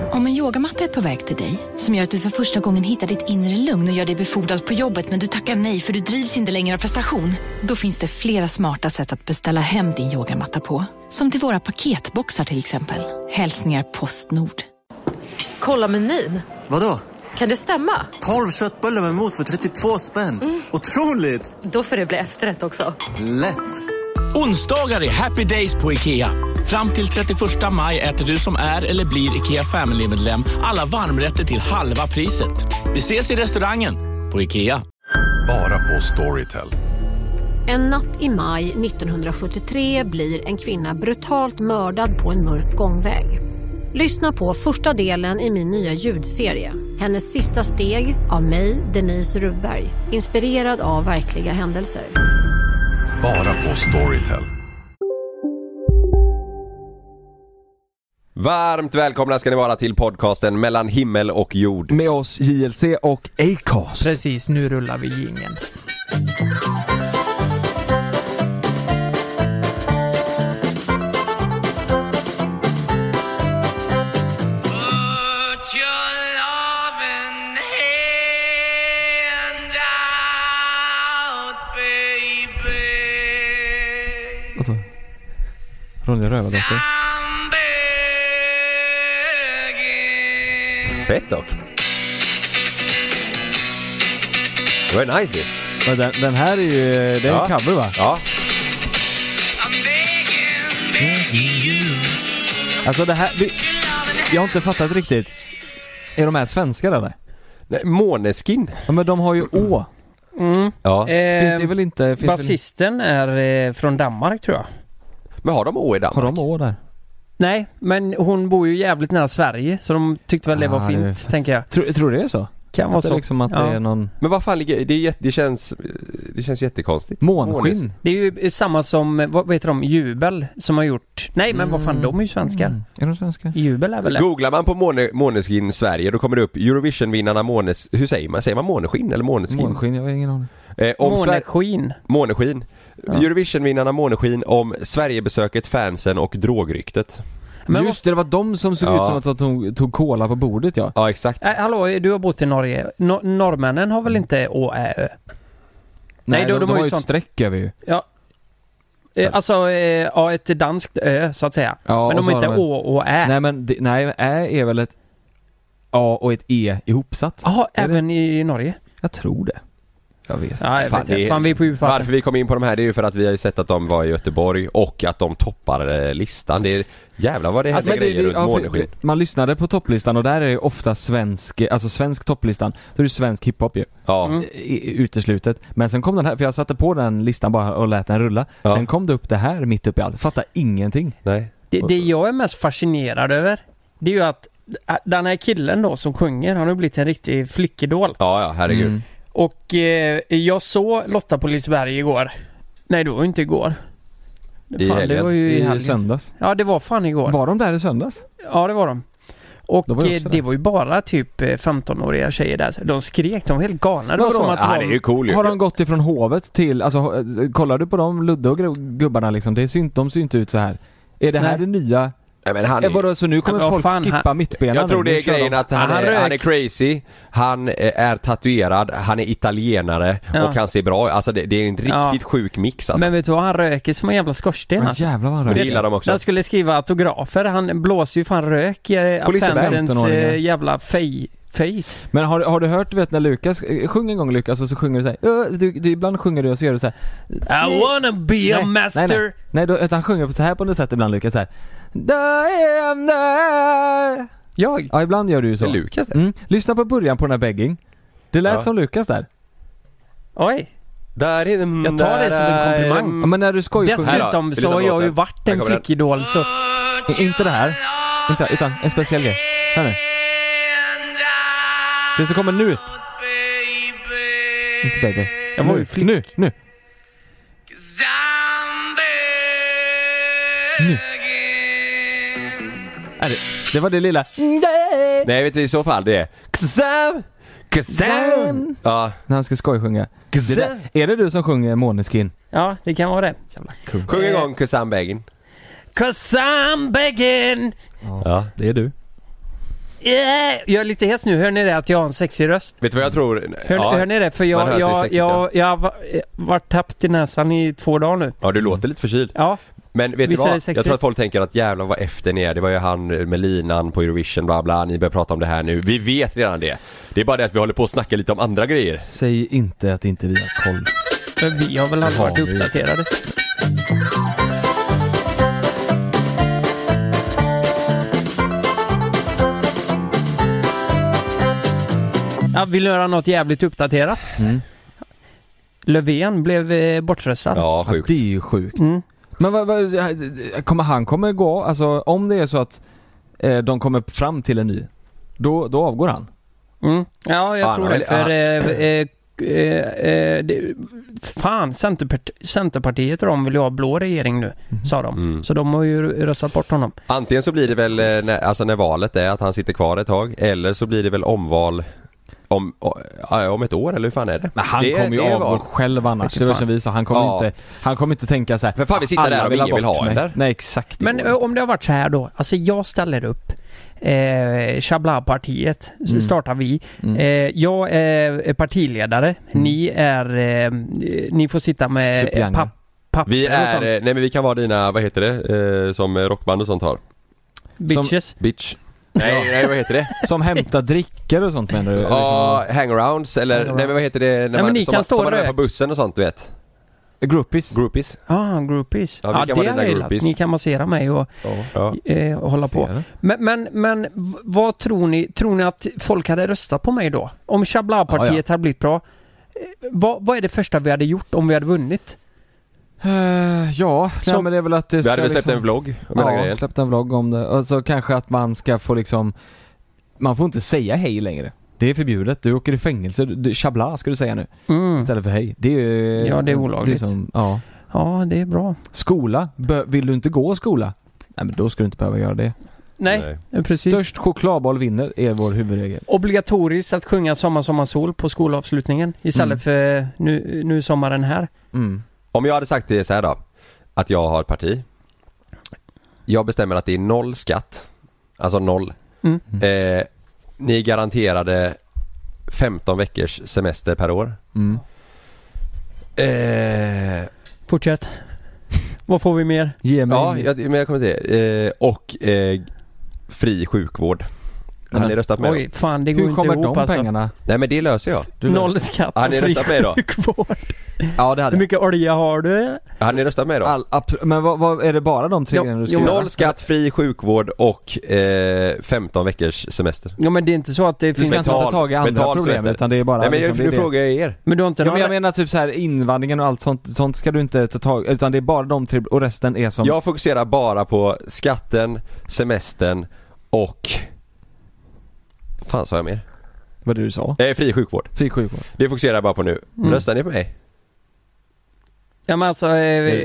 Om en yogamatta är på väg till dig, som gör att du för första gången hittar ditt inre lugn och gör dig befordrad på jobbet men du tackar nej för du drivs inte längre av prestation, då finns det flera smarta sätt att beställa hem din yogamatta på. Som till våra paketboxar till exempel. Hälsningar Postnord. Kolla menyn. Vadå? Kan det stämma? 12 köttbullar med mos för 32 spänn. Otroligt! Då får det bli efterrätt också. Lätt! Onsdagar är happy days på IKEA. Fram till 31 maj äter du som är eller blir IKEA Family-medlem alla varmrätter till halva priset. Vi ses i restaurangen på IKEA. Bara på Storytel. En natt i maj 1973 blir en kvinna brutalt mördad på en mörk gångväg. Lyssna på första delen i min nya ljudserie. Hennes sista steg av mig, Denise Rubberg. Inspirerad av verkliga händelser. Bara på Storytel. Varmt välkomna ska ni vara till podcasten Mellan himmel och jord. Med oss JLC och Acast. Precis, nu rullar vi jingeln. Alltså, Ronja Rövardotter. Fett dock. Det var nice. Men den här är ju, det är en cover va? Ja. Alltså det här, jag har inte fattat riktigt. Är de här svenskar eller? Nej, Måneskin. Ja, men de har ju Å. Mm. Ja. Finns det väl inte... Basisten är från Danmark tror jag. Men har de Å i Danmark? Har de Å där? Nej, men hon bor ju jävligt nära Sverige, så de tyckte väl det var fint, tänker jag. Tror du det är så? Kan vara så. Liksom att det är någon... Men vad fan ligger... Det känns jättekonstigt. Månskinn. Det är ju samma som, vad heter de? Jubel som har gjort... Nej, men vad fan, de är ju svenskar. Är de svenskar? Jubel är väl... Googlar man på Måneskin Sverige, då kommer det upp Eurovision-vinnarna hur säger man? Säger man Måneskin eller Måneskin? Måneskin, jag har ingen aning. Måneskin. Ja. Eurovision-vinnarna Måneskin om Sverigebesöket, fansen och drogryktet. Men just det var de som såg ut som att de tog cola på bordet, ja. Ja, exakt. Hallå, du har bott i Norge. Norrmännen har väl inte Å, Ä, Ö? Nej, de har ju ett streck över ju. Ja. Alltså, ett danskt Ö, så att säga. Ja, men de är inte Å och Ä. Nej, men Ä är väl ett A och ett E ihopsatt. Jaha, även i Norge? Jag tror det. Jag vet. Ja, jag vet. Fan, vi är på varför vi kom in på de här, det är ju för att vi har ju sett att de var i Göteborg och att de toppar listan. Det är jävlar vad det är alltså, grejer runt Måneskin. Man lyssnade på topplistan och där är det ofta svensk topplistan. Då är det svensk hiphop ju. Ja. Uteslutet. Men sen kom den här, för jag satte på den listan bara och lät den rulla. Ja. Sen kom det upp det här mitt upp i allt. Fattar ingenting. Nej. Det jag är mest fascinerad över, det är ju att den här killen då som sjunger, han har blivit en riktig flickedål. Ja, herregud. Mm. Och jag såg Lotta på Liseberg igår. Nej, det var ju inte igår. Det var ju i söndags. Ja, det var fan igår. Var de där i söndags? Ja, det var de. Och det var ju bara typ 15-åriga tjejer där. De skrek, de var helt galna. Det var som att det är ju cool. Har de gått ifrån hovet till, alltså kollar du på dem Ludde och gubbarna liksom, de ser inte ut så här. Är det här det nya? Nej, men så nu kommer folk skippa mittbenen. Jag tror det är grejen att han är crazy. Han är tatuerad, han är italienare och han ser bra. Alltså det är en riktigt sjuk mix alltså. Men vet du vad, han röker som en jävla skorsten. Jävlar vad han röker. Det gillar de också. Jag skulle skriva autografer, han blåser ju fan rök i fansens jävla face. Men har du hört, vet när Lukas sjunger en gång Lukas och så sjunger du så här, du ibland sjunger du och så gör du så här, I wanna be a master. Nej då, han sjunger på så här på något sätt ibland Lukas så här. Jag? Ja, ibland gör du ju så. Lukas lyssna på början på den här begging. Det lät som Lukas där. Oj. Jag tar det som en komplimang. Ja, men när du skojar. Dessutom så har jag ju varit en flickidol så... Inte det här. Inte, utan en speciell grej. Hör nu. Det som kommer nu. Inte baby. Jag var ju flick. Nu. Det var det lilla. Nej, vet du i så fall det är Kazam. Ja. När han ska skojsjunga. Är det du som sjunger Måneskin? Ja, det kan vara det. Jävla kul. Sjung en gång Kazam begging. Kazam begging. Ja, det är du. Jag är lite hes nu. Hör ni det att jag har en sexig röst? Vet du vad jag tror? Hör ni det? För jag har varit tappt i näsan i 2 dagar nu. Ja, du låter lite förkyld. Ja. Men vet du vad? Jag tror att folk tänker att jävlar vad efter ni är. Det var ju han med linan på Eurovision, bla bla. Ni börjar prata om det här nu. Vi vet redan det. Det är bara det att vi håller på att snacka lite om andra grejer. Säg inte att inte vi har koll. För vi har väl aldrig varit uppdaterade. Ja, vill göra något jävligt uppdaterat. Löfven blev bortröstad. Ja, sjukt. Ja, det är ju sjukt. Men han kommer gå, alltså om det är så att de kommer fram till en ny, då avgår han. Ja, jag tror det. Fan, Centerpartiet och de vill ju ha blå regering nu, sa de. Så de har ju röstat bort honom. Antingen så blir det väl när valet är att han sitter kvar ett tag, eller så blir det väl omval om ett år, eller hur fan är det? Men han kommer ju avgå själv annars. Det var som vi sa, han kommer inte tänka så här. Men fan, vi sitter där och ingen vill ha det. Nej, exakt. Men om det har varit så här då, alltså jag ställer upp Chabla-partiet startar vi. Jag är partiledare. Ni får sitta med papper. Vi är nej, men vi kan vara dina, vad heter det, som rockband och sånt har. Bitches. Bitch. Nej, vad heter det? Som hämtar drickor och sånt, menar du? Ja, hangarounds eller nej, men vad heter det när man som man är på bussen och sånt, du vet. Groupies. Groupies. Groupies. Ja, det är groupies. Ni kan massera mig och hålla på. Men vad tror ni? Tror ni att folk hade röstat på mig då? Om Chabla-partiet hade blivit bra, vad är det första vi hade gjort om vi hade vunnit? Så, men det är väl att det vi hade väl släppt en vlogg om hela grejen. Släppt en vlogg om det. Och så kanske att man ska få liksom, man får inte säga hej längre. Det är förbjudet. Du åker i fängelse. Chabla ska du säga nu. Istället för hej. Det är ju, ja, det är olagligt. Liksom, ja, det är bra. Skola. Vill du inte gå skola? Nej, men då ska du inte behöva göra det. Nej. Precis. Störst chokladboll vinner är vår huvudregel. Obligatoriskt att sjunga Sommar sol på skolavslutningen istället för nu sommaren här. Om jag hade sagt det så här då, att jag har ett parti. Jag bestämmer att det är 0 skatt. Alltså 0. Ni garanterade 15 veckors semester per år. Fortsätt. Vad får vi mer? Men jag kommer till och fri sjukvård. Har ni röstat med? Oj, fan, det går inte ihop. Hur kommer de pengarna? Nej, men det löser jag. 0 skatt. Har ni röstat med då? Sjukvård. Ja, det hade. Hur mycket olja har du? Har ni röstat med då? Men vad är det bara de 3 grejerna du ska göra? 0 skatt, fri sjukvård och 15 veckors semester. Ja, men det är inte så att det finns inte ta tag i andra problem, utan det är bara. Nej, men liksom, nu frågar jag er. Men du har inte jag menar typ så här invandringen och allt sånt ska du inte ta tag, utan det är bara de 3 och resten är som. Jag fokuserar bara på skatten, semestern och fan sa jag mer? Vad du sa? Fri sjukvård. Fri sjukvård. Det fokuserar jag bara på nu. Röstar ni på mig? Ja, men alltså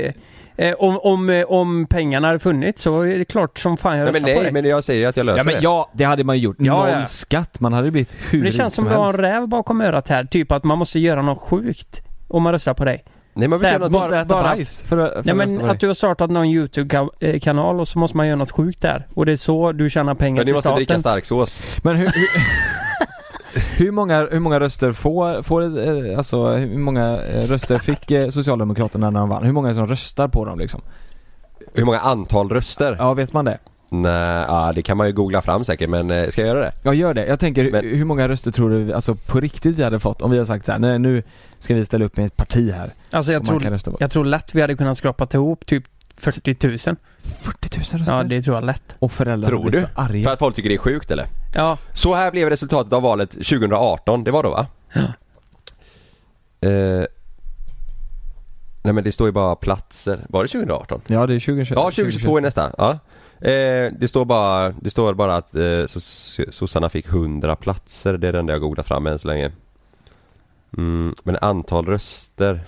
om pengarna hade funnits så är det klart som fan jag röstar på det. Men jag säger att jag löser det. Ja, det hade man ju gjort. Noll skatt. Man hade blivit hur. Det känns som du har en räv bakom örat här. Typ att man måste göra något sjukt om man röstar på dig. Nej, man vill göra något. Måste äta bajs för men att du har startat någon YouTube-kanal och så måste man göra något sjukt där. Och det är så du tjänar pengar till staten. Men ni måste dricka starksås. Men hur många röster alltså hur många röster fick Socialdemokraterna när de vann? Hur många som röstar på dem liksom? Hur många antal röster? Ja, vet man det? Nej, det kan man ju googla fram säkert, men ska jag göra det? Ja, gör det. Jag tänker, hur många röster tror du alltså på riktigt vi hade fått om vi hade sagt så här: nej, nu ska vi ställa upp med ett parti här. Alltså jag tror lätt vi hade kunnat skrapa ihop typ 40 000. 40 000 röster? Ja, det tror jag lätt. Och föräldrar tror du? Så arga. För att folk tycker det är sjukt, eller? Ja. Så här blev resultatet av valet 2018. Det var då, va? Ja. Nej, men det står ju bara platser. Var det 2018? Ja, det är 2021. Ja, 2022 är nästa. Ja. Det står bara att sossarna fick 100 platser. Det är den där jag googlat fram än så länge. Men antal röster.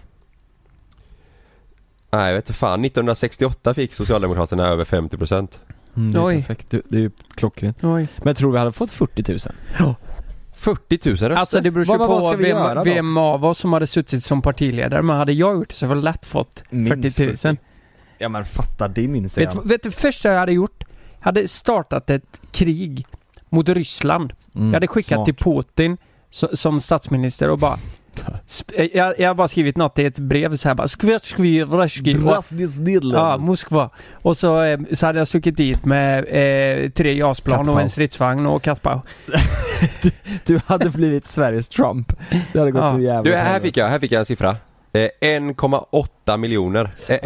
Nej, jag vet inte fan. 1968 fick Socialdemokraterna över 50%. Det är perfekt. Det är ju klockrent. Men jag tror vi hade fått 40 000. Ja. 40 000 röster? Alltså det beror på vem av oss som hade suttit som partiledare. Men hade jag gjort det så hade jag lätt fått 40 000. Ja, men fatta din Instagram. Vet du första jag hade gjort? Jag hade startat ett krig mot Ryssland. Jag hade skickat till Putin som statsminister och bara jag har bara skrivit något i ett brev så här bara ja, Moskva. Och så hade jag stuckit dit med 3 JAS-plan och en stridsvagn och Kaspar. Du hade blivit Sveriges Trump. Det hade gått så jävla. Du, här fick jag en siffra. 1,8 miljoner.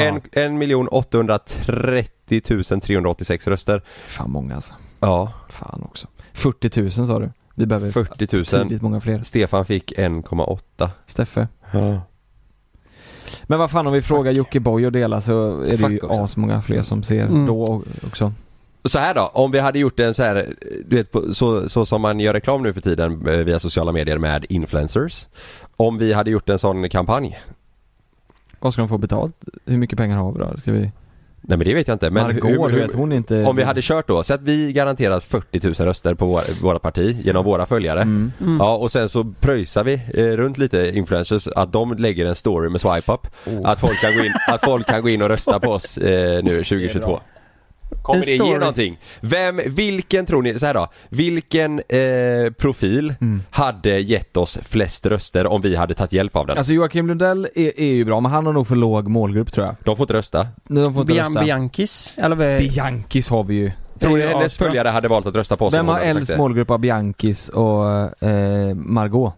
1.830 386 röster. Fan många alltså. Ja. Fan också. 40 000 sa du. Vi behöver 40 000. Många fler. Stefan fick 1,8. Steffe. Ja. Men vad fan, om vi frågar Jocke Boy och dela så är det ju asmånga fler som ser då också. Så här då, om vi hade gjort en så här, du vet, så som man gör reklam nu för tiden via sociala medier med influencers. Om vi hade gjort en sån kampanj. Vad ska de få betalt? Hur mycket pengar har vi då? Ska vi... Nej, men det vet jag inte. Men Margot, hon inte... Om vi hade kört då, så att vi garanterat 40 000 röster på våra parti genom våra följare. Ja, och sen så pröjsar vi runt lite influencers att de lägger en story med swipe up. Att folk kan gå in och rösta på oss nu 2022. Kommer det ge någonting? Vilken tror ni, så här då, vilken profil hade gett oss flest röster om vi hade tagit hjälp av den? Alltså Joakim Lundell är ju bra, men han har nog för låg målgrupp tror jag. De får inte rösta. Bianchis eller Bianchis har vi ju. Tror ni hennes följare hade valt att rösta på oss? Vem har äldst målgrupp av Bianchis och Margot?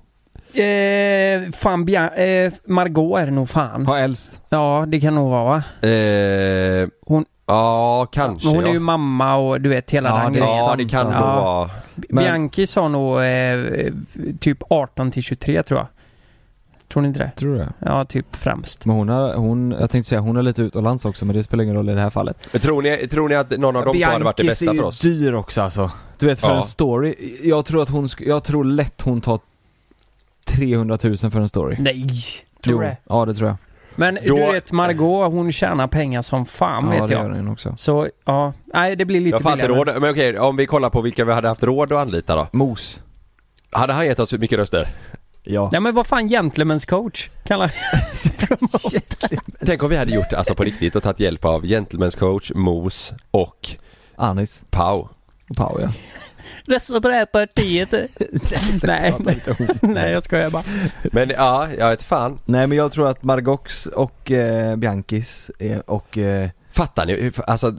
Margot är det nog fan. Har äldst? Ja, det kan nog vara. Hon... Ja, kanske. Hon är ju mamma och du vet hela den grejen. Ja, det kan nog vara. Bianchis har nog typ 18-23 tror jag. Tror ni inte det? Tror du? Ja, typ främst. Men jag tänkte säga hon är lite utomlands också, men det spelar ingen roll i det här fallet. Men tror ni att någon av dem hade varit det bästa för oss? Bianchis är ju dyr också alltså. Du vet, för en story. Jag tror lätt hon tar 300 000 för en story. Nej, tror det? Ja, det tror jag. Men du vet, Margot, hon tjänar pengar som fan, vet jag. Ja, också. Så, ja, nej, det blir lite billigare. Råd, men okej, om vi kollar på vilka vi hade haft råd att anlita då. Mos. Hade han gett oss mycket röster? Ja. Nej, men vad fan, gentleman's coach kallar Tänk om vi hade gjort alltså på riktigt och tagit hjälp av gentleman's coach, Mos och Anis. Pau, ja. Rösta på det här partiet. Nej, jag skojar bara. Men ja, jag vet fan. Nej, men jag tror att Margox och Bianchis och... Fattar ni? Alltså,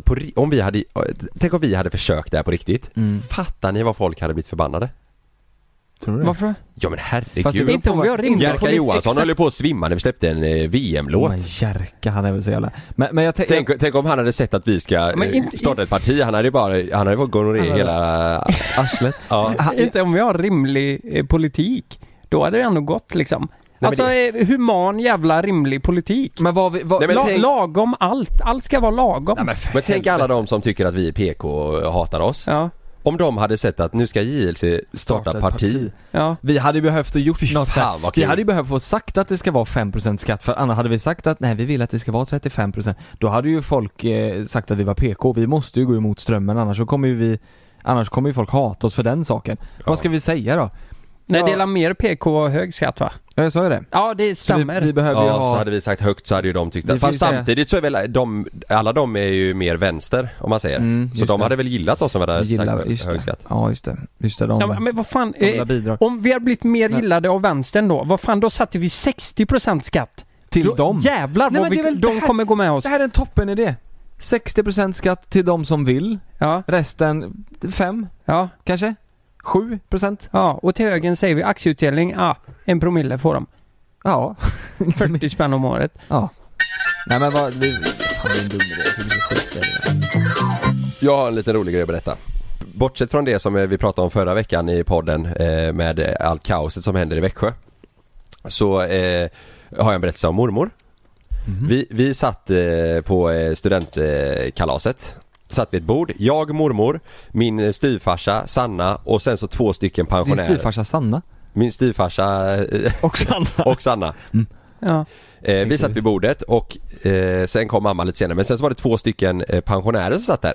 tänk om vi hade försökt det här på riktigt. Fattar ni vad folk hade blivit förbannade? Tror du det? Varför? Ja, men herregud. Inte om vi har rimligt. Jerka Johansson höll på att svimma när vi släppte en VM-låt. Men Jerka, han är väl så jävla... Men jag tänk om han hade sett att vi ska starta ett parti. Han hade bara gonorré hela arslet. Ja. Inte om vi har rimlig politik. Då hade det ändå gått liksom. Alltså human jävla rimlig politik. Men lagom allt ska vara lagom. Nej, men tänk alla de som tycker att vi är PK och hatar oss. Ja. Om de hade sett att nu ska JLC starta parti. Ja. Vi hade ju behövt att gjort något så här. Vi hade ju behövt få sagt att det ska vara 5% skatt. För annars hade vi sagt att nej, vi vill att det ska vara 35%. Då hade ju folk sagt att vi var PK. Vi måste ju gå emot strömmen, annars kommer ju folk hata oss för den saken. Ja. Vad ska vi säga då? Nej, delar mer PK och hög skatt, va? Jag sa ju det. Ja, det stämmer. Vi behöver ju så hade vi sagt högt så hade ju de tyckt att... Fast samtidigt så är väl alla de är ju mer vänster, om man säger. Så de hade väl gillat oss som hade sagt hög skatt. Ja, just det. Men vad fan, om vi har blivit mer gillade av vänstern då, vad fan, då satte vi 60% skatt. Till dem? Jävlar vad de kommer gå med oss. Det här är en toppen idé. 60% skatt till de som vill. Ja. Resten 5. Ja. Kanske? 7%. Ja, och till högen säger vi aktieutdelning, 1 promille får de. Ja. 40 spänn om året. Ja. Nej, men vad... Det är en dum idé. Jag har en liten rolig grej att berätta. Bortsett från det som vi pratade om förra veckan i podden med allt kaoset som händer i Växjö, så har jag en berättelse om mormor. Vi satt på studentkalaset. Satt vid ett bord, jag, mormor, min styvfarsa Sanna och sen så 2 stycken pensionärer. Din styvfarsa Sanna? Min styvfarsa och Sanna. Ja. Vi satt vid bordet och sen kom mamma lite senare. Men sen så var det 2 stycken pensionärer som satt där.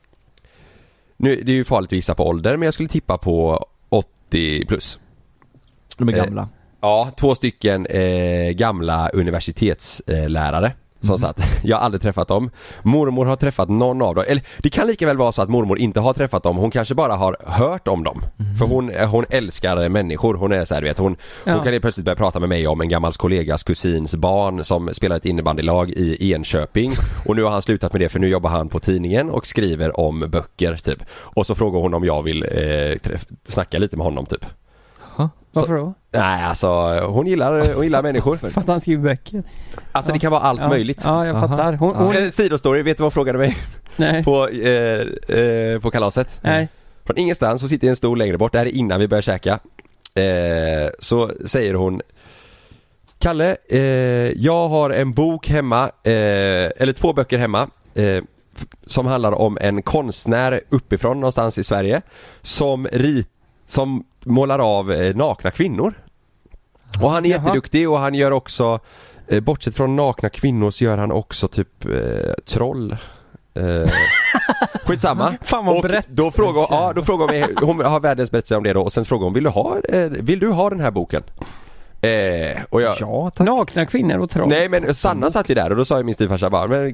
Nu, det är ju farligt att visa på ålder, men jag skulle tippa på 80 plus. De är gamla. Ja, 2 stycken gamla universitetslärare. som satt. Jag har aldrig träffat dem. Mormor har träffat någon av dem. Eller det kan lika väl vara så att mormor inte har träffat dem. Hon kanske bara har hört om dem. För hon älskar människor. Hon är så här, vet hon kan ju plötsligt börja prata med mig om en gammal kollegas kusins barn som spelar ett innebandylag i Enköping. Och nu har han slutat med det, för nu jobbar han på tidningen och skriver om böcker typ. Och så frågar hon om jag vill snacka lite med honom typ. Varför då? Nej, alltså hon gillar människor. För att han skriver böcker. Alltså det kan vara allt möjligt. Ja, jag fattar. Hon... Sidostory, vet du vad hon frågade mig? Nej. På kalaset? Nej. Från ingenstans så sitter jag en stol längre bort. Det här är innan vi börjar käka. Så säger hon: Kalle, jag har en bok hemma, eller 2 böcker hemma, som handlar om en konstnär uppifrån någonstans i Sverige som målar av nakna kvinnor. Och han är jätteduktig, och han gör också, bortsett från nakna kvinnor, så gör han också typ troll. Skitsamma. Fan vad och brett. Då frågar hon mig, hon har världens berättelse om det då, och sen frågar hon: vill du ha den här boken? Och jag, ja, tack. Nakna kvinnor och troll. Nej, men Sanna satt ju där, och då sa jag min styvfarsa bara: men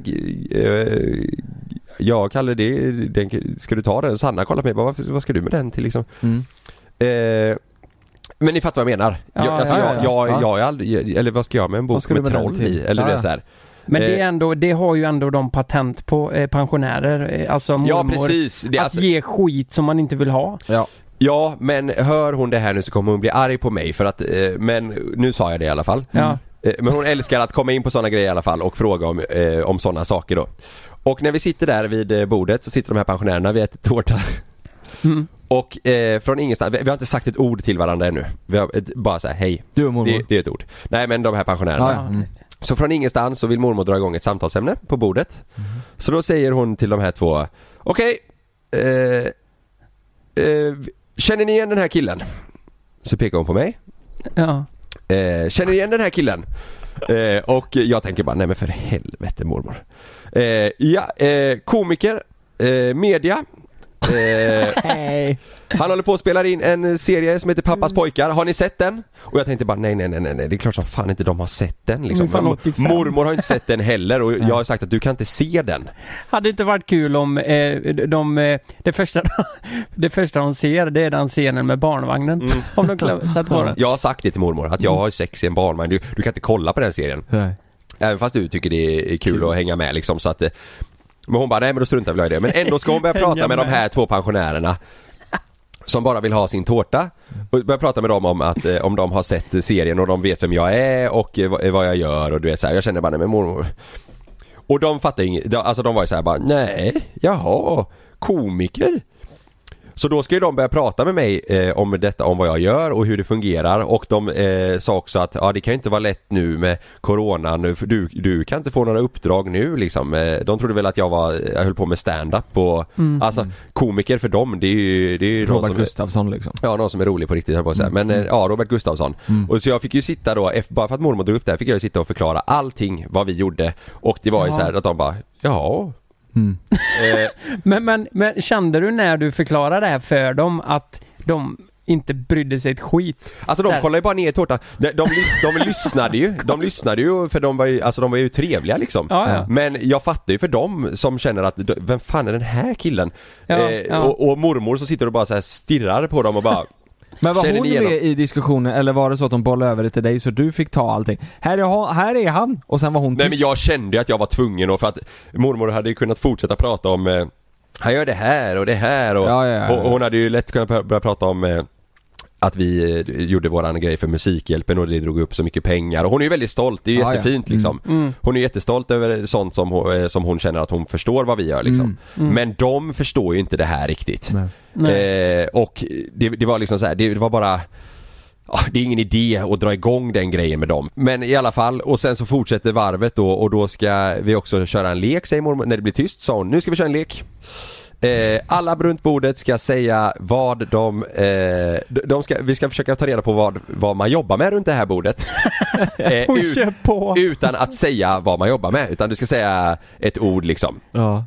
ja, Kalle, den, ska du ta den? Sanna kollade på mig, vad ska du med den till liksom? Men ni fattar vad jag menar. Jag är aldrig, eller vad ska jag med en bok med troll i? Eller det så här. Men det har ju ändå de patent på pensionärer, alltså mormor, precis. Att ge skit som man inte vill ha. Ja, men hör hon det här nu så kommer hon bli arg på mig, för att, men nu sa jag det i alla fall. Men hon älskar att komma in på sådana grejer i alla fall och fråga om sådana saker då. Och när vi sitter där vid bordet så sitter de här pensionärerna, vi äter tårta. Och från ingenstans, vi har inte sagt ett ord till varandra ännu. Vi har bara så här: hej. Du och mormor. Det är ett ord. Nej, men de här pensionärerna. Så från ingenstans så vill mormor dra igång ett samtalsämne på bordet. Så då säger hon till de här 2: okej, känner ni igen den här killen? Så pekar hon på mig. Ja. Känner ni igen den här killen? Och jag tänker bara: nej men för helvete mormor. Komiker, media. Han håller på att spela in en serie som heter Pappas pojkar. Har ni sett den? Och jag tänkte bara nej, det är klart som fan inte de har sett den liksom. Mormor har inte sett den heller, och jag har sagt att du kan inte se den. Hade inte varit kul om det första de ser, det är den scenen med barnvagnen. Om de satt på den. Jag har sagt det till mormor, att jag har sex i en barnvagn. Du kan inte kolla på den serien. Nej. Även fast du tycker det är kul att hänga med liksom, så att. Men hon bara: nej men då struntar vi i det. Men ändå ska hon börja prata med de här 2 pensionärerna som bara vill ha sin tårta, och börja prata med dem om att om de har sett serien och de vet vem jag är och vad jag gör, och du vet så här. Jag känner bara: nej men mormor. Och de fattar inget, alltså de var ju så här bara: nej, jaha, komiker. Så då ska ju de börja prata med mig om detta, om vad jag gör och hur det fungerar. Och de sa också att det kan ju inte vara lätt nu med corona nu, för du kan inte få några uppdrag nu liksom. De trodde väl att jag höll på med stand-up och alltså komiker för dem, det är ju Robert Gustafsson liksom. Ja, någon som är rolig på riktigt, jag på att säga. Men Robert Gustafsson. Och så jag fick ju sitta då, bara för att mormor drog upp där, fick jag sitta och förklara allting vad vi gjorde. Och det var ju så här att de bara: ja. Men kände du när du förklarade det här för dem att de inte brydde sig ett skit? Alltså de kollade ju bara ner i tårtan. De lyssnade ju för de var ju trevliga liksom. Ja. Men jag fattar ju för dem som känner att vem fan är den här killen? Och mormor så sitter och bara så här stirrar på dem och bara. Men var hon med i diskussionen, eller var det så att de bollade över det till dig så du fick ta allting? Här är han, och sen var hon tyst. Nej, men jag kände att jag var tvungen, och för att mormor hade ju kunnat fortsätta prata om han gör det här och det här och hon hade ju lätt kunnat börja prata om att vi gjorde våran grej för Musikhjälpen och det drog upp så mycket pengar, och hon är ju väldigt stolt, det är ju jättefint liksom. Hon är jättestolt över sånt som hon känner att hon förstår vad vi gör liksom. Men de förstår ju inte det här riktigt. Och det var liksom så här, det var bara det är ingen idé att dra igång den grejen med dem. Men i alla fall, och sen så fortsätter varvet då, och då ska vi också köra en lek, säger mormor. När det blir tyst sa hon: nu ska vi köra en lek. Alla runt bordet ska säga vad vi ska försöka ta reda på vad man jobbar med runt det här bordet. Utan att säga vad man jobbar med, utan du ska säga ett ord liksom.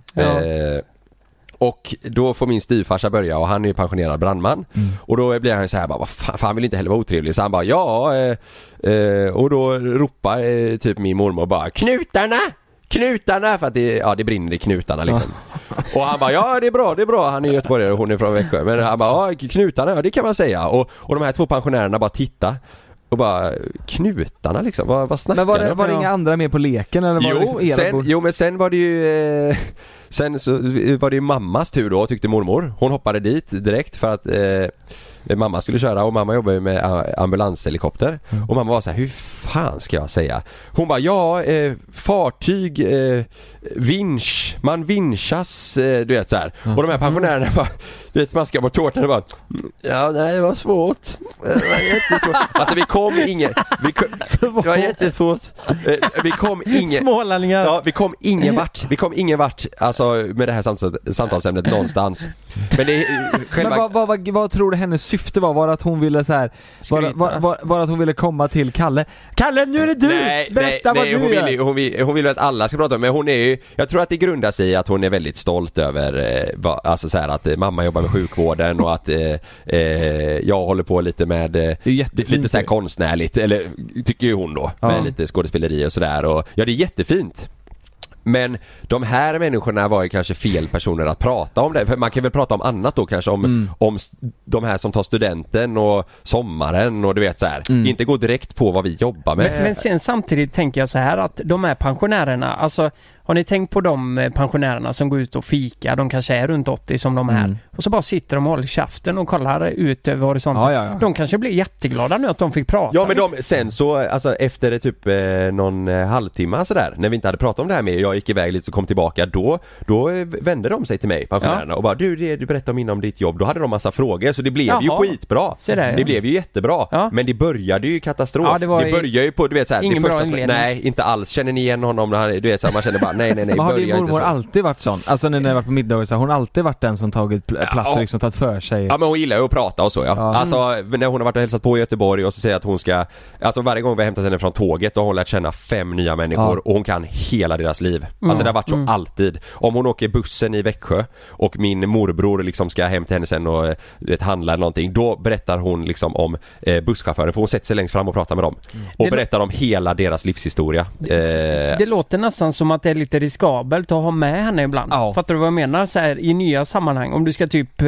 Och då får min styvfarsa börja, och han är ju pensionerad brandman. Och då blir han så här bara: vad fan, han vill inte heller vara otrevlig. Så han bara: och då ropar typ min mormor bara: knutarna! knutarna, för att det brinner i knutarna liksom. Och han bara, ja det är bra, han är göteborgare och hon är från Växjö. Men han bara, ja knutarna, ja det kan man säga. Och de här 2 pensionärerna bara titta och bara, knutarna liksom, vad snackar de? Men var det inga andra med på leken? Eller var men sen var det ju sen så var det ju mammas tur då, tyckte mormor. Hon hoppade dit direkt för att mamma skulle köra, och mamma jobbar ju med ambulanshelikopter. Och mamma var så här, hur fan ska jag säga? Hon bara, fartyg, vinsch, man vinschas, du vet så här. Och de här pensionärerna bara, du vet, smaskar på tårtan och bara, ja nej det var svårt. Det var jättesvårt. Alltså det var jättesvårt. Vi kom ingen smålänningar. Ja, vi kom ingen vart alltså med det här samtalsämnet någonstans. Men det själva... Men vad tror du hennes syfte var? Var att hon ville så här, var att hon ville komma till Kalle, nu är det du. Berätta vad du gör. Hon vill att alla ska prata om, men hon är ju, jag tror att det grundar sig i att hon är väldigt stolt över alltså så här, att mamma jobbar med sjukvården och att jag håller på lite med lite så här konstnärligt, eller tycker ju hon då, med lite skådespeleri och sådär, och ja, det är jättefint. Men de här människorna var ju kanske fel personer att prata om det. För man kan väl prata om annat då kanske, om de här som tar studenten och sommaren och du vet så här. Inte gå direkt på vad vi jobbar med. Men sen samtidigt tänker jag så här, att de här pensionärerna, alltså har ni tänkt på de pensionärerna som går ut och fika, de kanske är runt 80 som de här, och så bara sitter de och håller käften och kollar ut över horisonten. Ja. De kanske blir jätteglada nu att de fick prata. Ja, men sen så, alltså efter typ någon halvtimme så där, när vi inte hade pratat om det här med, jag gick iväg lite så kom tillbaka, då vände de sig till mig, pensionärerna, och bara, du berättade om ditt jobb. Då hade de massa frågor, så det blev ju skitbra. Det blev ju jättebra, men det började ju katastrof. Ja, det började ju på, du vet så här, det första nej, inte alls. Känner ni igen honom? Du vet så här, man känner bara nej. Men har din mormor alltid varit sån? Alltså när ni har varit på middag så har hon alltid varit den som tagit plats och liksom tagit för sig. Ja, men hon gillar ju att prata och så, Alltså när hon har varit och hälsat på i Göteborg och så säger att hon ska, alltså varje gång vi har hämtat henne från tåget, då har hon lärt känna 5 nya människor och hon kan hela deras liv. Alltså det har varit så alltid. Om hon åker bussen i Växjö och min morbror liksom ska hem till henne sen och handla eller någonting, då berättar hon liksom om busschaufförer, för hon sätter sig längst fram och pratar med dem och berättar om hela deras livshistoria. Det låter nästan som att det är lite riskabelt att ha med henne ibland. Fattar du vad jag menar? Så här, i nya sammanhang, om du ska typ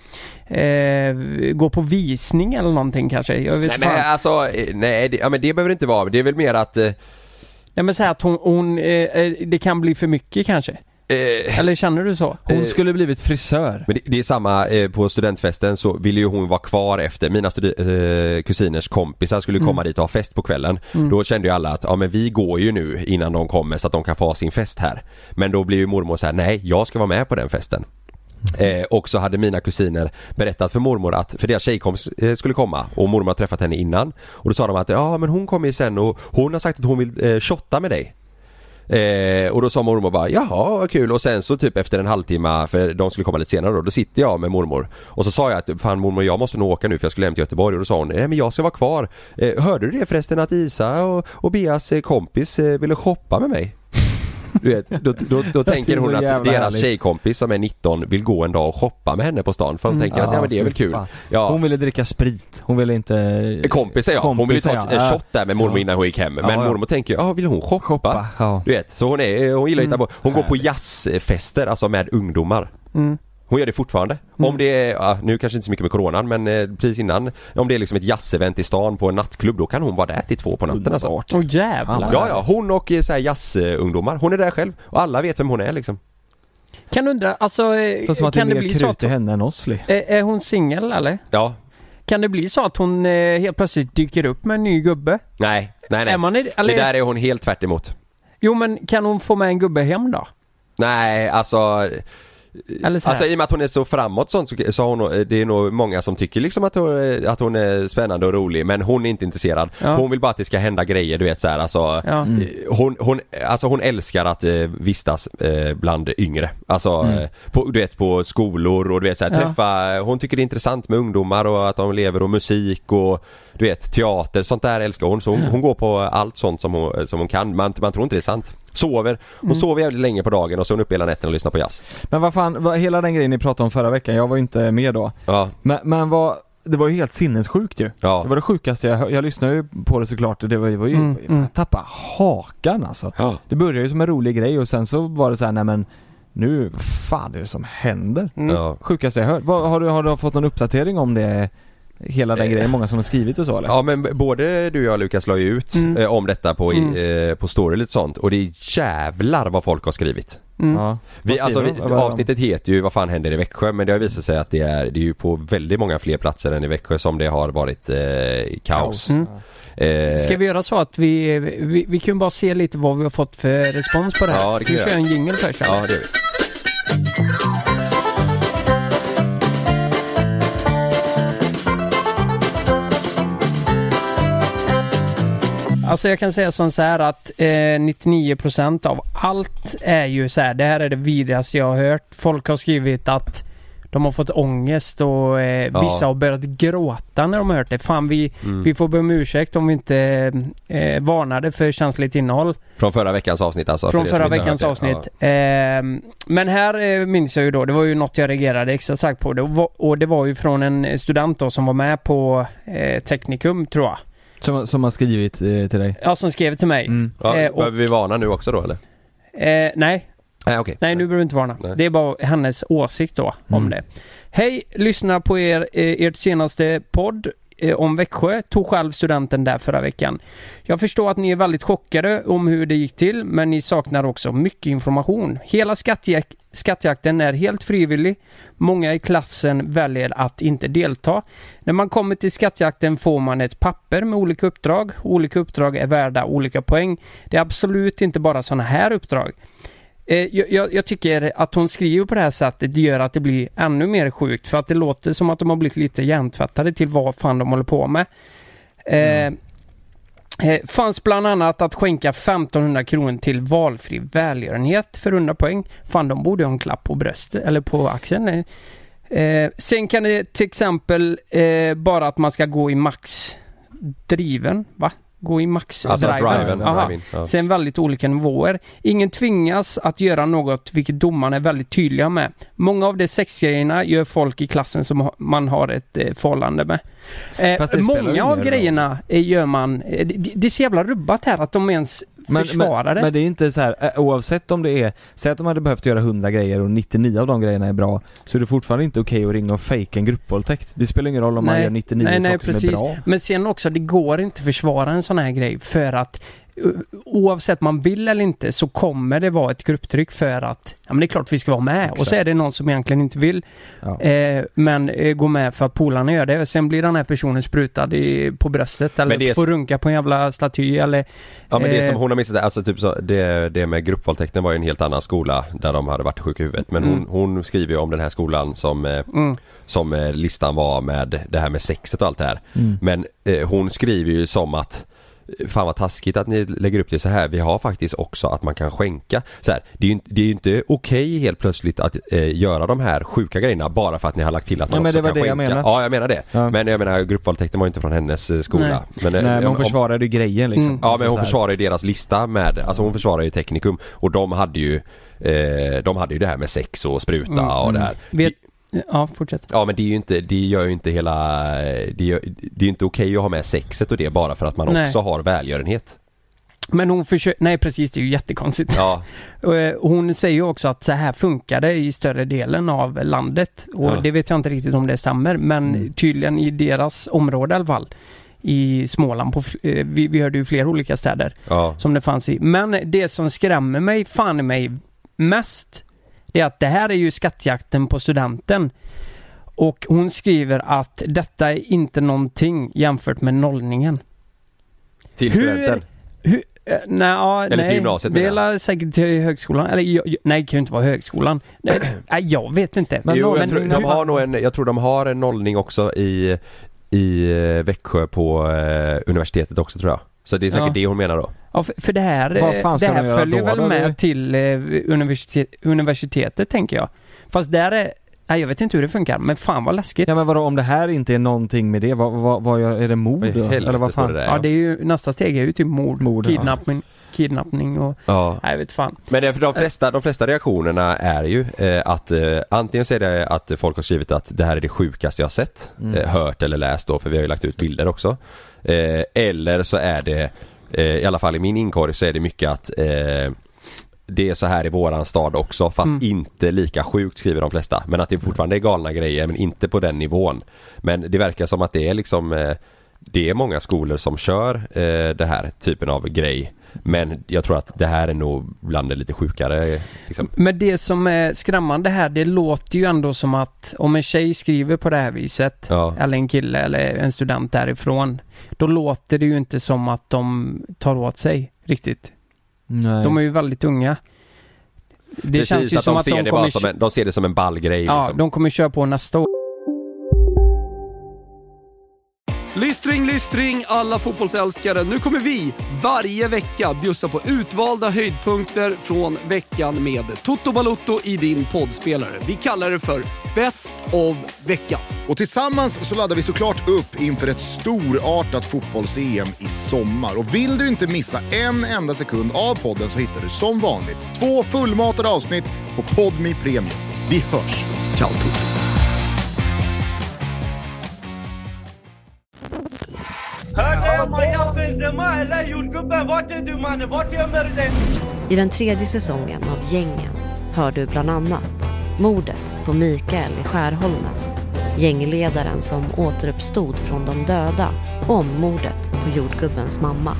gå på visning eller någonting kanske. Jag vet nej, men alltså, men det behöver inte vara. Det är väl mer att nej, men så här att hon det kan bli för mycket kanske. Eller känner du så? Hon skulle blivit frisör. Men det är samma på studentfesten, så ville ju hon vara kvar efter. Mina kusiners kompisar skulle komma dit och ha fest på kvällen. Då kände ju alla att men vi går ju nu innan de kommer så att de kan få ha sin fest här. Men då blev ju mormor så här: nej, jag ska vara med på den festen. Och så hade mina kusiner berättat för mormor att, för deras tjejkompis skulle komma, och mormor har träffat henne innan, och då sa de att men hon kommer ju sen och hon har sagt att hon vill shotta med dig. Och då sa mormor bara, jaha vad kul. Och sen så typ efter en halvtimme, för de skulle komma lite senare då sitter jag med mormor. Och så sa jag att fan mormor, jag måste nog åka nu för jag skulle hem till Göteborg. Och då sa hon, nej men jag ska vara kvar. Hörde du det förresten att Isa och Beas kompis ville shoppa med mig? Du vet, då tänker hon att deras tjejkompis som är 19 vill gå en dag och shoppa med henne på stan. För hon tänker att men det är väl kul. Ja. Hon ville dricka sprit. Hon ville inte... Kompis, hon ville ta en shot där med mormor innan hon gick hem. Men mormor tänker, vill hon shoppa? Du vet, så hon gillar att hitta på. Hon går på jazzfester, alltså med ungdomar. Hon gör det fortfarande. Om det är, nu kanske inte så mycket med coronan, men precis innan, om det är liksom ett jazzevent i stan på en nattklubb, då kan hon vara där till 2 på natten alltså. Jävlar. Ja, hon och så här jazzungdomar. Hon är där själv och alla vet vem hon är liksom. Kan undra, alltså kan det bli så att henne än Osli? Är hon singel eller? Ja. Kan det bli så att hon helt plötsligt dyker upp med en ny gubbe? Nej. Eller? Det där är hon helt tvärt emot. Jo, men kan hon få med en gubbe hem då? Nej, alltså i och med att hon är så framåt sånt, så hon, det är nog många som tycker liksom att hon är spännande och rolig, men hon är inte intresserad. Hon vill bara att det ska hända grejer, du vet så här, alltså hon älskar att vistas bland yngre. Alltså på skolor och du vet så här, träffa, hon tycker det är intressant med ungdomar och att de lever, och musik och du vet, teater, sånt där älskar hon. Så hon går på allt sånt som hon kan. Man tror inte det är sant. Hon sover jävligt länge på dagen och så är hon uppe hela natten och lyssnar på jazz. Men vad fan, hela den grejen ni pratade om förra veckan, jag var ju inte med då. Ja. Men vad, det var ju helt sinnessjukt ju. Ja. Det var det sjukaste jag lyssnade ju på det såklart. Det var ju tappa hakan alltså. Ja. Det började ju som en rolig grej och sen så var det så här, nej men nu fan är det som händer. Ja. Sjukaste jag hört. Har du fått någon uppdatering om det? Hela den grejen, många som har skrivit och så eller? Ja, men både du och jag, Lukas, la ju ut om detta på story lite sånt. Och det är jävlar vad folk har skrivit. Ja. Avsnittet heter ju Vad fan händer i Växjö, men det har visat sig att det är ju på väldigt många fler platser än i Växjö som det har varit kaos. Ska vi göra så att vi kan bara se lite vad vi har fått för respons på det här? Ja, det ska vi köra en jingle först? Ja, det gör vi. Alltså jag kan säga som så här att 99% av allt är ju så här. Det här är det vidrigaste jag har hört. Folk har skrivit att de har fått ångest och vissa har börjat gråta när de har hört det. Fan, vi får be om ursäkt om vi inte varnade för känsligt innehåll. Från förra veckans avsnitt alltså. Från förra veckans avsnitt. Ja. Men här minns jag ju då, det var ju något jag reagerade extra sagt på det. Och det var ju från en student då som var med på Teknikum, tror jag. Som har skrivit till dig? Ja, som skrev till mig. Ja, behöver vi varna nu också då, eller? Nej. Okay. Nej, nu behöver vi inte varna. Nej. Det är bara hennes åsikt då om det. Hej, lyssna på ert senaste podd om Växjö. Tog själv studenten där förra veckan. Jag förstår att ni är väldigt chockade om hur det gick till, men ni saknar också mycket information. Hela skattjakten är helt frivillig. Många i klassen väljer att inte delta. När man kommer till skattjakten får man ett papper med olika uppdrag. Olika uppdrag är värda olika poäng. Det är absolut inte bara sådana här uppdrag. Jag tycker att hon skriver på det här sättet, det gör att det blir ännu mer sjukt, för att det låter som att de har blivit lite hjärntvättade till vad fan de håller på med. Fanns bland annat att skänka 1500 kronor till valfri välgörenhet för 100 poäng. Fan, de borde ha en klapp på bröstet eller på axeln. Sen kan det till exempel bara att man ska gå i max driven, va? Gå i max alltså driven. Ja. Sen väldigt olika nivåer. Ingen tvingas att göra något, vilket domarna är väldigt tydliga med. Många av de sexgrejerna gör folk i klassen som man har ett förhållande med. Många av grejerna gör man. Det är så jävla rubbat här att de ens försvarar det. Men det är inte så här, oavsett om det är, säg att de hade behövt göra 100 grejer och 99 av de grejerna är bra, så är det fortfarande inte okej att ringa och fejka en gruppvåldtäkt. Det spelar ingen roll om man gör 99 saker precis. Som är bra. Men sen också, det går inte att försvara en sån här grej, för att oavsett man vill eller inte så kommer det vara ett grupptryck för att men det är klart vi ska vara med. Exakt. Och så är det någon som egentligen inte vill men gå med för att polarna gör det. Sen blir den här personen sprutad på bröstet eller får runka på en jävla staty eller ja, men det som hon har missat, alltså typ så, det med gruppvåldtäkten var ju en helt annan skola där de hade varit sjuka i huvudet. Men hon skriver ju om den här skolan som listan var med det här med sexet och allt det här. Men hon skriver ju som att fan vad taskigt att ni lägger upp det så här. Vi har faktiskt också att man kan skänka. Så här, det är ju inte okej helt plötsligt att göra de här sjuka grejerna bara för att ni har lagt till att man också kan skänka. Ja, jag menar det. Ja. Men jag menar, gruppvåldtäkten var inte från hennes skola. Nej. Men hon försvarade ju grejen liksom. Ja, men hon försvarar ju deras lista med, alltså hon försvarar ju Teknikum och de hade ju det här med sex och spruta och det här. Ja, fortsätt. Ja, men det gör ju inte hela det är ju inte okej att ha med sexet och det bara för att man också har välgörenhet. Men hon nej precis, det är ju jättekonstigt. Ja. Hon säger ju också att så här funkar det i större delen av landet och det vet jag inte riktigt om det stämmer, men tydligen i deras område i alla fall. I Småland vi hörde ju flera olika städer som det fanns i. Men det som skrämmer mig mest är att det här är ju skattjakten på studenten. Och hon skriver att detta är inte någonting jämfört med nollningen. Till studenten? Eller till gymnasiet? Det är säkert till högskolan. Eller nej, det kan ju inte vara högskolan. Nej, jag vet inte. Men jag tror de har en nollning också i Växjö på universitetet också, tror jag. Så det är säkert det hon menar då. Ja, för det här följer väl med till universitetet, tänker jag. Fast där Nej, jag vet inte hur det funkar, men fan vad läskigt. Ja, men vadå, om det här inte är någonting med det, vad gör, är det mord? Eller vad fan? Ja, det är ju, nästa steg är ju typ mord kidnappning och nej, jag vet fan. Men det är för de flesta reaktionerna är ju att antingen så är det att folk har skrivit att det här är det sjukaste jag sett, hört eller läst då, för vi har ju lagt ut bilder också. Eller så är det i alla fall i min inkorg så är det mycket att det är så här i våran stad också, fast inte lika sjukt, skriver de flesta. Men att det fortfarande är galna grejer, men inte på den nivån. Men det verkar som att det är liksom det är många skolor som kör det här typen av grej. Men jag tror att det här är nog bland det lite sjukare liksom. Men det som är skrämmande här, det låter ju ändå som att om en tjej skriver på det här viset, eller en kille eller en student därifrån, då låter det ju inte som att de tar åt sig riktigt. Nej. De är ju väldigt unga. Det precis, känns ju som att de ser det som en ballgrej. Ja, liksom. De kommer köra på nästa år. Lystring alla fotbollsälskare. Nu kommer vi varje vecka bjussa på utvalda höjdpunkter från veckan med Toto Balotto i din poddspelare. Vi kallar det för Best of veckan. Och tillsammans så laddar vi såklart upp inför ett storartat fotbolls-EM i sommar. Och vill du inte missa en enda sekund av podden så hittar du som vanligt 2 fullmatade avsnitt på Podme Premium. Vi hörs. Ciao Toto. I den 3:e säsongen av Gängen hör du bland annat mordet på Mikael i Skärholmen, gängledaren som återuppstod från de döda, och mordet på jordgubbens mamma.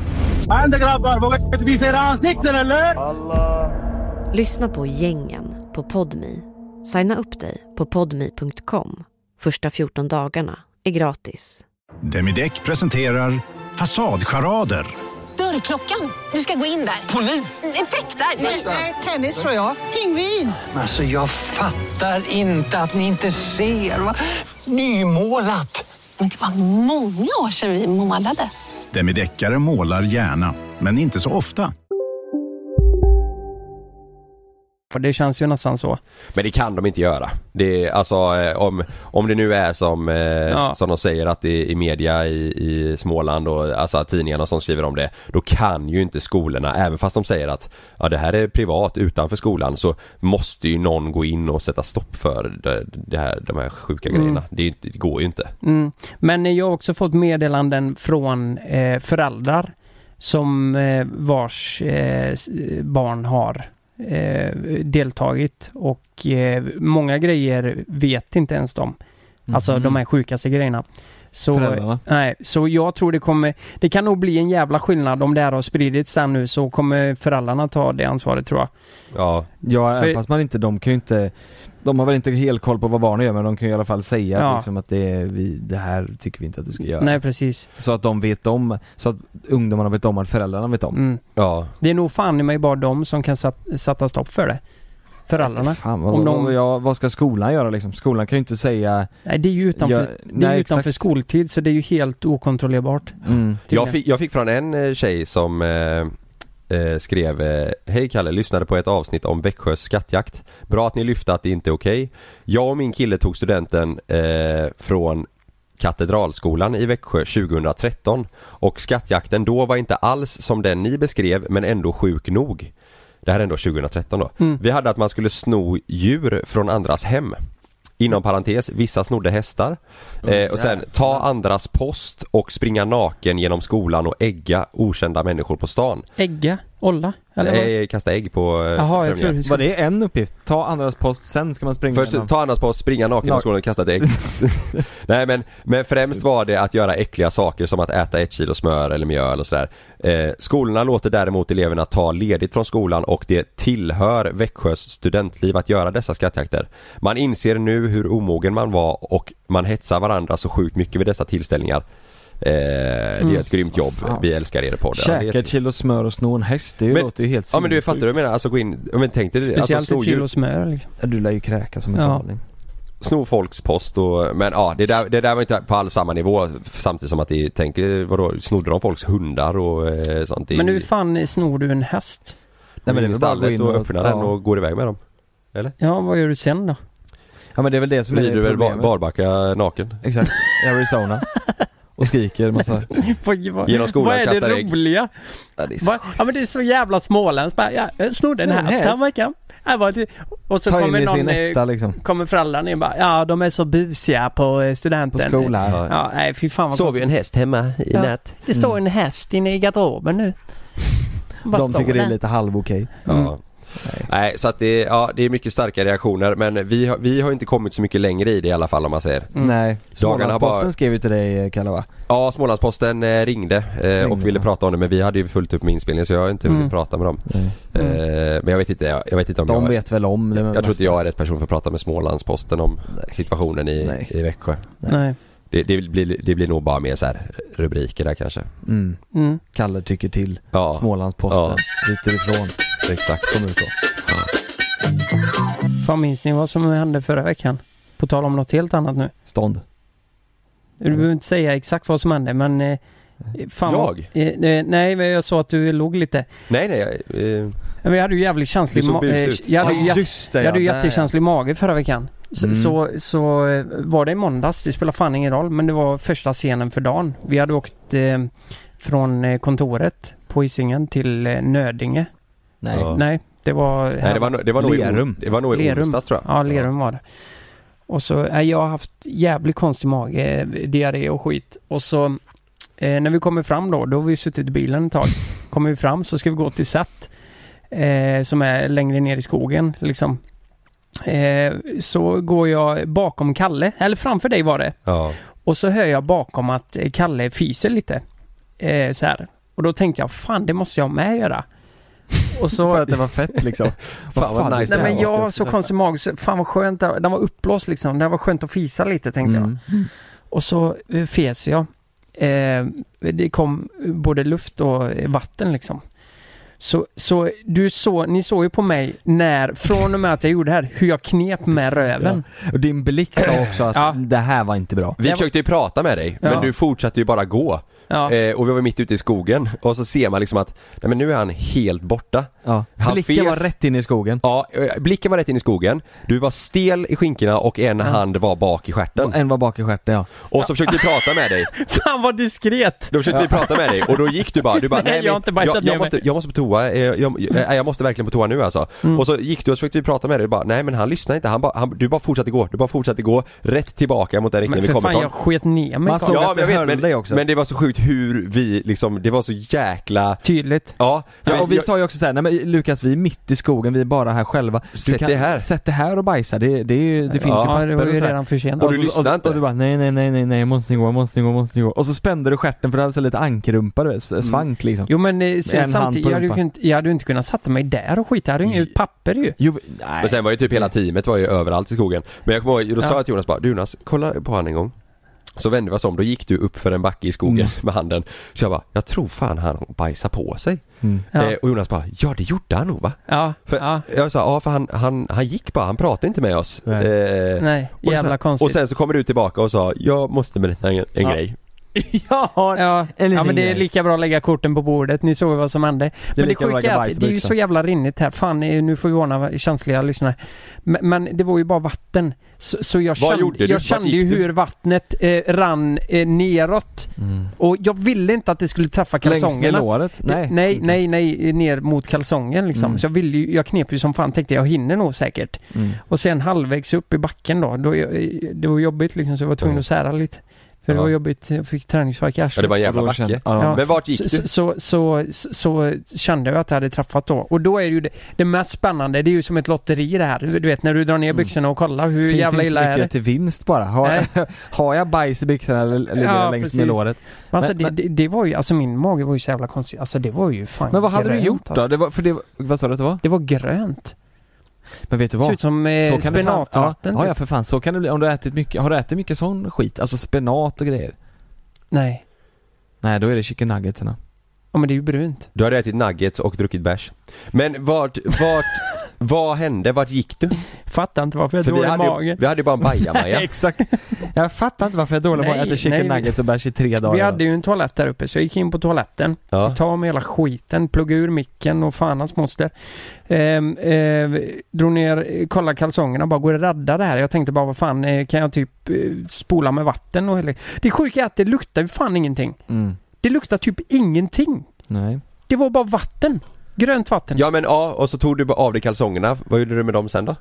Lyssna på Gängen på Podme. Signa upp dig på podme.com. Första 14 dagarna är gratis. Demideck presenterar Fasadcharader. Dörrklockan. Du ska gå in där. Polis? Effektar? Nej, tennis tror jag. Pingvin. Alltså jag fattar inte att ni inte ser. Va? Nymålat. Men det var många år sedan vi målade. Demideckare målar gärna, men inte så ofta. Och det känns ju nästan så. Men det kan de inte göra. Det är, alltså, om det nu är som de säger att det är i media i Småland och alltså tidningarna som skriver om det, då kan ju inte skolorna, även fast de säger att det här är privat utanför skolan, så måste ju någon gå in och sätta stopp för de här sjuka grejerna. Det går ju inte. Men jag har också fått meddelanden från föräldrar som vars barn har deltagit, och många grejer vet inte ens de. Alltså de här sjukaste grejerna. Så jag tror det kan nog bli en jävla skillnad om det här har spridits sen nu, så kommer föräldrarna ta det ansvaret, tror jag. Ja, fast man inte, de kan ju inte, de har väl inte helt koll på vad barnen gör, men de kan ju i alla fall säga liksom att det här tycker vi inte att du ska göra. Nej, precis. Så att de vet om, så att ungdomarna vet om, att föräldrarna vet om. Ja. Det är nog fan i mig bara de som kan sätta stopp för det. Föräldrarna. Fan, vad ska skolan göra liksom? Skolan kan ju inte säga... Nej, det är ju utanför skoltid, så det är ju helt okontrollerbart. Jag fick från en tjej som skrev: Hej Kalle, lyssnade på ett avsnitt om Växjös skattjakt. Bra att ni lyfte att det inte är okej. Jag och min kille tog studenten från Katedralskolan i Växjö 2013, och skattjakten då var inte alls som den ni beskrev, men ändå sjuk nog. Det här är ändå 2013 då. Vi hade att man skulle sno djur från andras hem. Inom parentes, vissa snodde hästar. Och sen ta andras post och springa naken genom skolan och ägga okända människor på stan. Ägga? Olla? Eller kasta ägg på Var det en uppgift? Ta andras post, sen ska man springa. Först ta andras post, springa naken genom skolan och kasta ett ägg. Nej, men främst var det att göra äckliga saker som att äta 1 kilo smör eller mjöl och sådär. Skolorna låter däremot eleverna ta ledigt från skolan, och det tillhör Växjös studentliv att göra dessa skattjakter. Man inser nu hur omogen man var, och man hetsar varandra så sjukt mycket vid dessa tillställningar. Det är ett grymt jobb. Vi älskar er på det. Käka 1 kilo smör och sno en häst, det låter ju helt. Ja, men du fattar du menar, alltså gå in, men tänk dig det, speciellt alltså, 1 kilo smör liksom. Du lär ju kräka som en galning. Sno folks post och, men det där var inte på all samma nivå, samtidigt som att de tänker, vadå, snodde de folks hundar och sånt. Men hur fan snor du en häst? Nej, men det är bara gå in och öppna den och går iväg med dem. Eller? Ja, vad gör du sen då? Ja, men det är väl det som är problemet. problemet. Barbacka naken. Exakt, Arizona. Och skriker massa. Genom skolan. Vad är det roliga? Ja, men det är så jävla småländskt. Jag snodde en häst den veckan. Och så kommer någon liksom. Kommer föräldrarna in och bara, de är så busiga på studenten. På skolan. Ja, nej, fy fan vad såg vi en häst hemma i natt. Det står en häst inne i garderoben nu. De tycker det är lite halv okej. Ja. Nej, så att det är mycket starka reaktioner, men vi har inte kommit så mycket längre i det i alla fall, om man säger. Nej, Smålandsposten skrev ju till dig, Kalle, va? Ja, Smålandsposten ringde och ville prata om det, men vi hade ju fullt upp med inspelningen så jag har inte hunnit prata med dem. Men jag vet inte om de vet väl om det. Jag tror inte jag är rätt person för att prata med Smålandsposten om situationen i Växjö. Nej. Det blir nog bara mer så här rubriker där kanske. Kalle tycker till. Smålandsposten utifrån. Exakt, kommer det så. Fan, minns ni vad som hände förra veckan? På tal om något helt annat nu. Stånd. Du behöver inte säga exakt vad som hände, men fan, nej, men jag sa att du låg lite. Nej. Men jag hade ju jävligt känslig jag hade ju jättekänslig mage förra veckan. Så var det i måndags, det spelar fan ingen roll, men det var första scenen för dagen. Vi hade åkt från kontoret på Hisingen till Nödinge. Nej, det var nog Lerum. Det var nog i onsdags, tror jag. Ja, Lerum var det. Och så jag har haft jävligt konstig mage, diarré och skit. Och så när vi kommer fram då har vi suttit i bilen ett tag. Kommer vi fram så ska vi gå till Satt som är längre ner i skogen liksom. Så går jag bakom Kalle, eller framför dig var det. Ja. Och så hör jag bakom att Kalle fiser lite så här. Och då tänkte jag, fan, det måste jag med göra. Och så, för att det var fett liksom. Fan vad nice. Nej, men jag var så konstig mag, så fan vad skönt. Den var uppblåst liksom. Det var skönt att fisa lite, tänkte jag. Och så fes jag. Det kom både luft och vatten liksom. Så ni såg ju på mig när, från och med att jag gjorde det här, hur jag knep med röven. Ja. Och din blick sa också att det här var inte bra. Vi försökte ju prata med dig, men du fortsatte ju bara gå. Ja. Och vi var mitt ute i skogen. Och så ser man liksom att nej, men nu är han helt borta. Ja. Blicken var rätt in i skogen. Ja, blicken var rätt in i skogen. Du var stel i skinkorna och en hand var bak i stjärten. En var bak i stjärten, ja. Och så försökte vi prata med dig. Fan vad diskret. Då försökte vi prata med dig. Och då gick du bara nej, jag måste på toa. Jag måste verkligen på toa nu alltså. Och så gick du och så försökte vi prata med dig. Bara, nej men han lyssnade inte. Du bara fortsatte gå. Rätt tillbaka mot den riktningen vi kommer ifrån. Men för fan, jag sket ner mig. Man såg att jag höll dig också. Men det var så sjukt hur vi liksom, det var så jäkla tydligt. Ja, och vi sa ju också så här, nej men Lukas, vi är mitt i skogen, vi är bara här själva. Sätt det här och bajsa. Det finns ju papper. Det var ju redan för sent. Och du lyssnade inte. Och du bara nej, måste gå. Och så spände du stjärten för det hade så lite ankerrumpar, svank liksom. Jo men samtidigt jag hade ju inte kunnat sätta mig där och skita. Jag hade ju inget papper ju. Men sen var ju typ hela teamet var ju överallt i skogen. Men jag kommer ihåg, då sa jag till Jonas bara, Jonas, kolla på han en gång. Så vände vi oss om, då gick du upp för en backe i skogen med handen. Så jag bara, jag tror fan han bajsar på sig. Och Jonas bara, ja det gjorde han nog va? Ja. Jag sa, för han gick bara, han pratade inte med oss. Nej, jävla konstigt. Och sen så kommer du tillbaka och sa, jag måste berätta en grej. Men det är lika bra att lägga korten på bordet. Ni såg vad som hände. Men det sjuka är att det är ju så jävla rinnigt här. Fan, nu får vi varna känsliga lyssnare. Men det var ju bara vatten. Så jag kände ju hur vattnet rann neråt. Och jag ville inte att det skulle träffa kalsongerna. Längs med låret? Nej, ner mot kalsongen liksom. Så jag knep ju som fan, tänkte jag hinner nog säkert. Och sen halvvägs upp i backen då det var jobbigt liksom, så jag var tvungen att sära lite. För det var jobbigt, jag fick träningsvärk i arslet. Ja, det var en jävla backe. Men vart gick du? Så kände jag att jag hade träffat då. Och då är det ju det mest spännande, det är ju som ett lotteri det här. Du vet, när du drar ner byxorna och kollar hur jävla illa är det. Finns till vinst bara. Har jag bajs i byxorna eller ligger det längs med låret? Alltså det var ju, alltså min mage var ju så jävla konstig. Alltså det var ju fan. Men vad hade du gjort då? Alltså. Vad sa du att det var? Det var grönt. Men vet du vad? Det ser ut som spenatvatten. Ja, för fan, så kan det bli om du ätit mycket. Har du ätit mycket sån skit? Alltså spenat och grejer? Nej, då är det chicken nuggetsarna. Ja, men det är ju brunt. Du har ätit nuggets och druckit bärs. Men vart Vad hände? Vart gick du? Fattar inte varför jag är dålig i magen. Vi hade ju bara en bajamaja. Exakt. Jag fattar inte varför jag är dålig i magen. Äter chicken nuggets och bärs i 3 dagar. Vi hade ju en toalett där uppe, så jag gick in på toaletten. Ta med hela skiten, plugga ur micken och fan hans moster. Drog ner, kolla kalsongerna, bara går och rädda det här. Jag tänkte bara, vad fan, kan jag typ spola med vatten? Och det sjuka är att det luktar ju fan ingenting. Det luktar typ ingenting. Nej. Det var bara vatten. Grönt vatten. Ja, men och så tog du av dig kalsongerna. Vad gjorde du med dem sen då?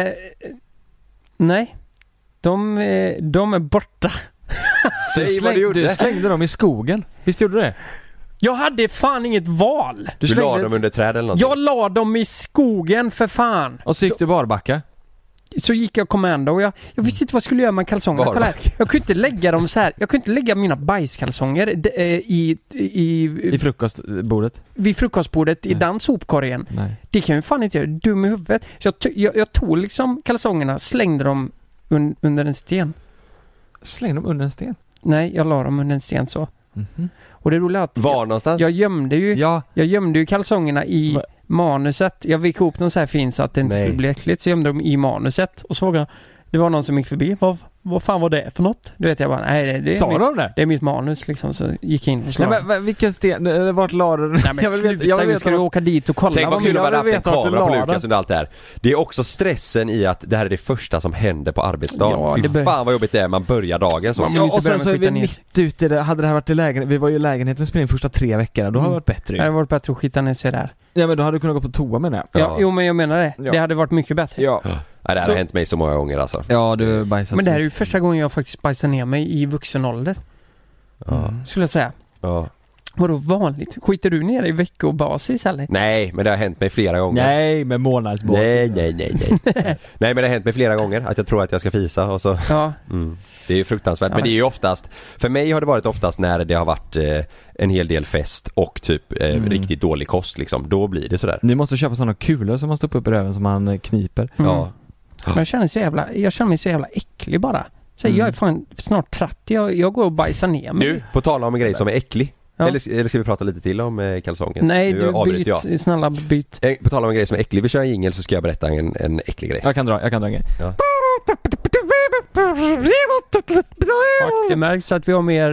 Nej. De är borta. Du slängde dem i skogen. Visst gjorde du det? Jag hade fan inget val. Du la dem under träd eller något? Jag la dem i skogen för fan. Och så gick du barbacka? Så gick jag kommando och jag visste inte vad jag skulle göra med kalsongerna. Kolla här. Jag kunde inte lägga dem så här. Jag kunde inte lägga mina bajskalsonger i frukostbordet. Vid frukostbordet i den sopkorgen. Nej. Det kan ju fan inte göra. Dum i huvudet. Så jag tog liksom kalsongerna, slängde dem under en sten. Slängde dem under en sten? Nej, jag la dem under en sten så. Mm-hmm. Och det roliga att var någonstans? Jag gömde ju kalsongerna i manuset. Jag fick ihop dem så här fint så att det inte skulle bli äckligt. Så gömde dem i manuset. Och så frågade jag, det var någon som gick förbi. Vad fan var det för något? Du vet jag bara, nej det är mitt manus liksom. Så gick jag in och slagade. Men vilken sten? Vart la du? Nej, men sluta, ska du åka dit och kolla? Tänk vad kul att haft en kamera på Lukas och allt det här. Det är också stressen i att det här är det första som händer på arbetsdagen. Fy fan vad jobbigt det är, man börjar dagen så. Ja, och sen så är vi mitt ute i det. Hade det här varit i lägenhet, vi var ju i lägenheten spelade in första 3 veckorna. Då hade det varit bättre. Det hade varit bättre att skita ner sig där. Ja, men då hade du kunnat gå på toa med det. Ja, jo men jag menar det. Ja. Det hade varit mycket bättre. Ja. Nej, det har hänt mig så många gånger alltså. Ja, du bajsar. Men det här är ju första gången jag faktiskt bajsar ner mig i vuxen ålder. Skulle jag säga. Ja. Vadå vanligt? Skiter du ner i veckobasis eller? Nej, men det har hänt mig flera gånger. Nej, med månadsbasis. Nej. Nej, men det har hänt mig flera gånger att jag tror att jag ska fisa och så. Ja. Det är ju fruktansvärt, men det är ju oftast, för mig har det varit oftast när det har varit en hel del fest och typ riktigt dålig kost liksom. Då blir det sådär. Ni måste köpa sådana kulor som man stoppar upp i röven som man kniper. Ja. Men jag känner mig så jävla äcklig bara. Så jag är fan snart 30, jag går och bajsar ner mig. Du, på tala om en grej som är äcklig. Ja. Eller ska vi prata lite till om kalsongen? Nej, du snälla byt. På tal om en grej som är äcklig, vi kör en jingle så ska jag berätta en äcklig grej. Jag kan dra en grej. Ja. Det märks att vi har mer...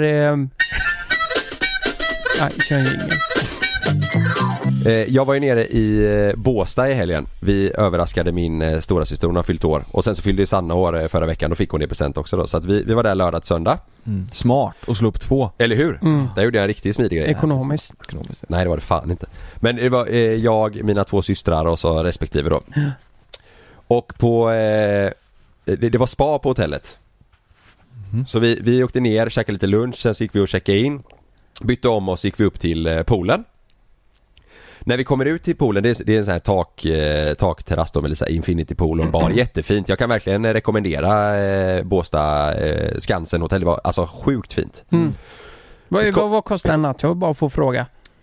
kör en jingle. Jag var ju nere i Båstad i helgen. Vi överraskade min stora syster, hon har fyllt år. Och sen så fyllde ju Sanna år förra veckan. Då fick hon det present också då. Så att vi var där lördag till söndag. Smart, och slå upp 2. Eller hur? Där gjorde jag en riktigt smidig grej. Ekonomiskt. Nej, det var det fan inte. Men det var jag, mina 2 systrar och så respektive då. Och på det var spa på hotellet. Så vi åkte ner, käkade lite lunch. Sen så gick vi och checkade in. Bytte om och så gick vi upp till poolen. När vi kommer ut till poolen, det är en sån här takterrass då med lite så här infinity pool och bar, jättefint. Jag kan verkligen rekommendera Båstad Skansen hotell, det var alltså sjukt fint. Vad kostar en natt? Jag vill bara få fråga.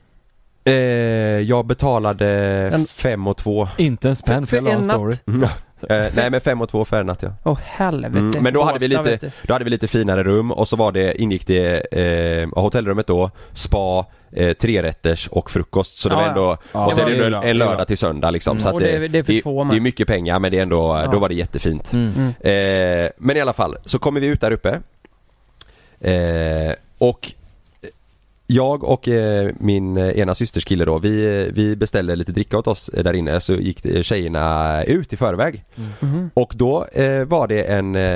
Jag betalade 5 och 2. Inte en spänn för en story. Nej, men 5 och 2 för en natt, ja. Helvete. Men då hade vi lite finare rum. Och så ingick det hotellrummet då, spa, 3-rätters och frukost. Så det var ändå, och så är det en lördag till söndag liksom. Så att det är för 2 det är mycket pengar, men det är ändå, då var det jättefint. Men i alla fall, så kommer vi ut där uppe. Och jag och min ena systers kille då, vi beställde lite dricka åt oss där inne. Så gick tjejerna ut i förväg. Och då var det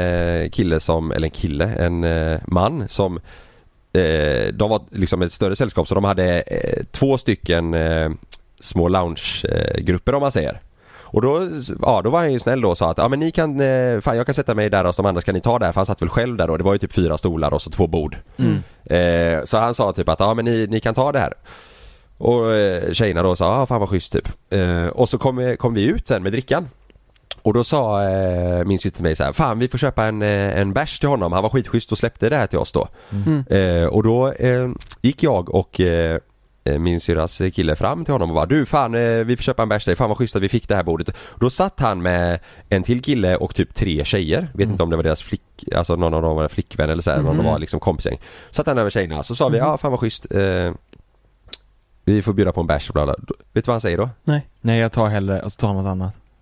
en man som de var liksom ett större sällskap. Så de hade 2 stycken små loungegrupper om man säger. Och då var han ju snäll då och sa att men ni kan, fan jag kan sätta mig där och de andra ska ni ta där, för han satt väl själv där då. Det var ju typ 4 stolar och så 2 bord. Så han sa typ att men ni kan ta det här. Och tjejerna då sa fan vad schysst typ. Och så kom vi ut sen med drickan. Och då sa min syster till mig så här: fan vi får köpa en bärs till honom. Han var skitschysst och släppte det här till oss då. Och då gick jag och min syrras kille fram till honom och bara: du fan, vi får köpa en bärs där. Fan vad schysst att vi fick det här bordet. Då satt han med en till kille och typ 3 tjejer. Vet inte om det var deras alltså någon av dem var flickvän eller så här, någon de var liksom kompisgäng. Satt han där med tjejerna, så sa vi: fan vad schysst, vi får bjuda på en bärs och bla bla. Vet du vad han säger då? Nej, jag tar hellre och så tar något annat.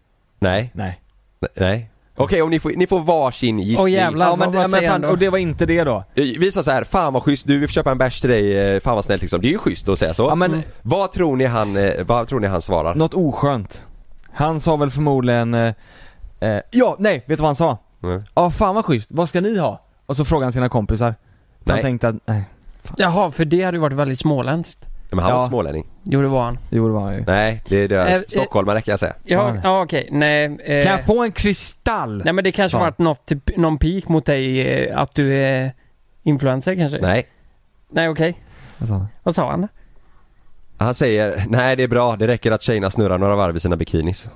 Nej. Okej, om ni får varsin gissning. Åh jävlar, men fan, och det var inte det då. Vi sa så här, fan vad schysst, du vill köpa en bärs till dig, fan vad snällt liksom. Det är ju schysst att säga så. Ja, men vad tror ni han svarar? Något oskönt. Han sa väl förmodligen vet du vad han sa? Ja, fan vad schysst, vad ska ni ha? Och så frågade han sina kompisar. Han tänkte att, nej. Fan. Jaha, för det hade ju varit väldigt småländskt. Men han var inte smålänning. Jo, det var han ju. Nej, det är stockholmare kan jag säga. Ja, okej. Nej, kan jag få en kristall? Nej, men det kanske varit någon pik mot dig, att du är influencer kanske. Nej, okej. Vad sa han? Han säger, nej det är bra, det räcker att tjejerna snurrar några varv i sina bikinis.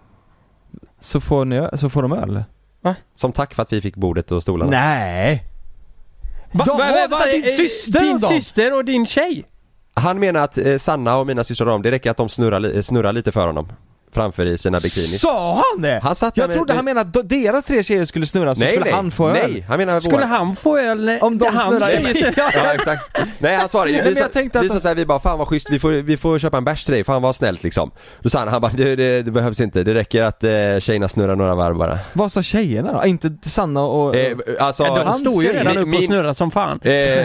Så får de öl? Va? Som tack för att vi fick bordet och stolarna. Nej. Din syster? Din syster och din tjej? Han menar att Sanna och mina systrar, det räcker att de snurrar lite för honom framför i sina bikinis. Sa han det? Jag trodde han menade att deras 3 tjejer skulle snurra, så skulle han få öl. Nej, han menar skulle han få öl om de snurrar? Ja, exakt. Nej, han svarade vi sa så här, vi bara, fan vad schysst, vi får köpa en bärs till dig, fan vad snällt liksom. Då sa han bara, det behövs inte, det räcker att tjejerna snurrar några varv bara. Vad sa tjejerna då? Inte Sanna och... de stod ju redan upp och snurrade som fan.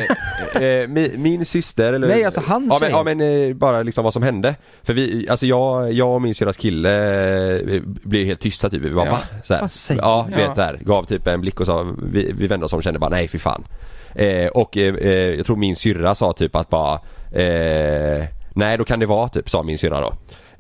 Min syster eller... Nej, alltså hans tjej. Ja, men bara liksom vad som hände. För jag och min syrras kille blev helt tysta typ. Vi bara, va? Så här. Vet så här, gav typ en blick och sa, vi vände oss om och kände bara, nej fy fan. Jag tror min syrra sa typ att bara nej, då kan det vara typ, sa min syrra då.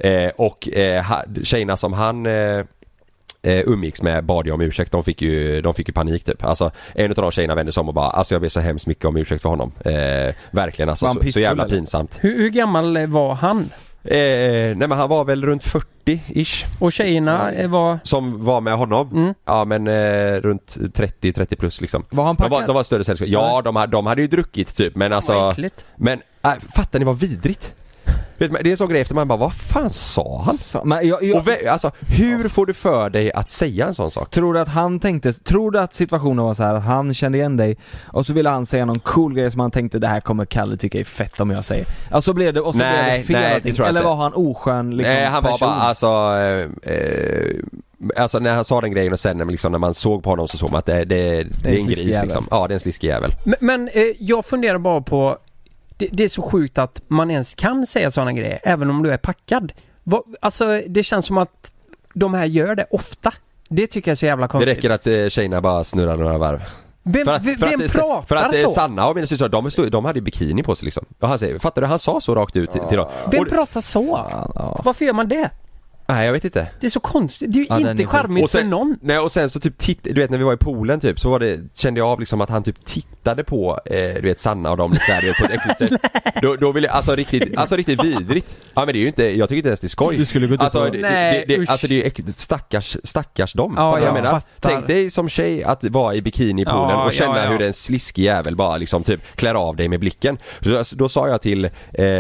Tjejerna som han umgicks med bad jag om ursäkt. De fick ju panik typ. Alltså en av de tjejerna vände sig om och bara, alltså jag ber så hemskt mycket om ursäkt för honom. Verkligen alltså, så jävla pinsamt. Hur gammal var han? Nej, men han var väl runt 40-ish. Och tjejerna var... Som var med honom? Ja, men runt 30 plus liksom. Var han packad? De var större sällskap. Ja, de hade ju druckit typ. Men alltså... Men fattar ni vad vidrigt? Vet man, det är en sån grej efter man bara, vad fan sa han? Alltså, hur får du för dig att säga en sån sak? Tror du att situationen var så här att han kände igen dig och så ville han säga någon cool grej som han tänkte, det här kommer Kalle tycka är fett om jag säger. Alltså blev det, och så blev det fel. Nej, eller var han oskön liksom? Nej, han person? var bara alltså när han sa den grejen och sen när man såg på honom så såg man att det är en gris liksom. Ja, det är en sliskig jävel. Men jag funderar bara på, det är så sjukt att man ens kan säga sådana grejer även om du är packad. Alltså det känns som att de här gör det ofta. Det tycker jag är så jävla konstigt. Det räcker att tjejerna bara snurrar några varv. Vem pratar för att så? Sanna och mina systrar, de hade bikini på sig liksom. Och han säger, fattar du, han sa så rakt ut till dem. Vem pratar så? Varför gör man det? Nej, jag vet inte. Det är så konstigt. Det är ju inte charmigt för någon. Nej, och sen så typ du vet när vi var i poolen typ, så kände jag av liksom att han typ tittade på du vet Sanna och dem lite där, på ett äckligt sätt. Då ville jag riktigt vidrigt. Ja, men det är ju inte, jag tycker inte ens det är skoj. Du skulle gå alltså, det är ju äckligt, stackars dem. Ja, jag menar. Tänk dig som tjej att vara i bikini i poolen och känna hur en sliskig jävel bara liksom typ klär av dig med blicken. Så då sa jag till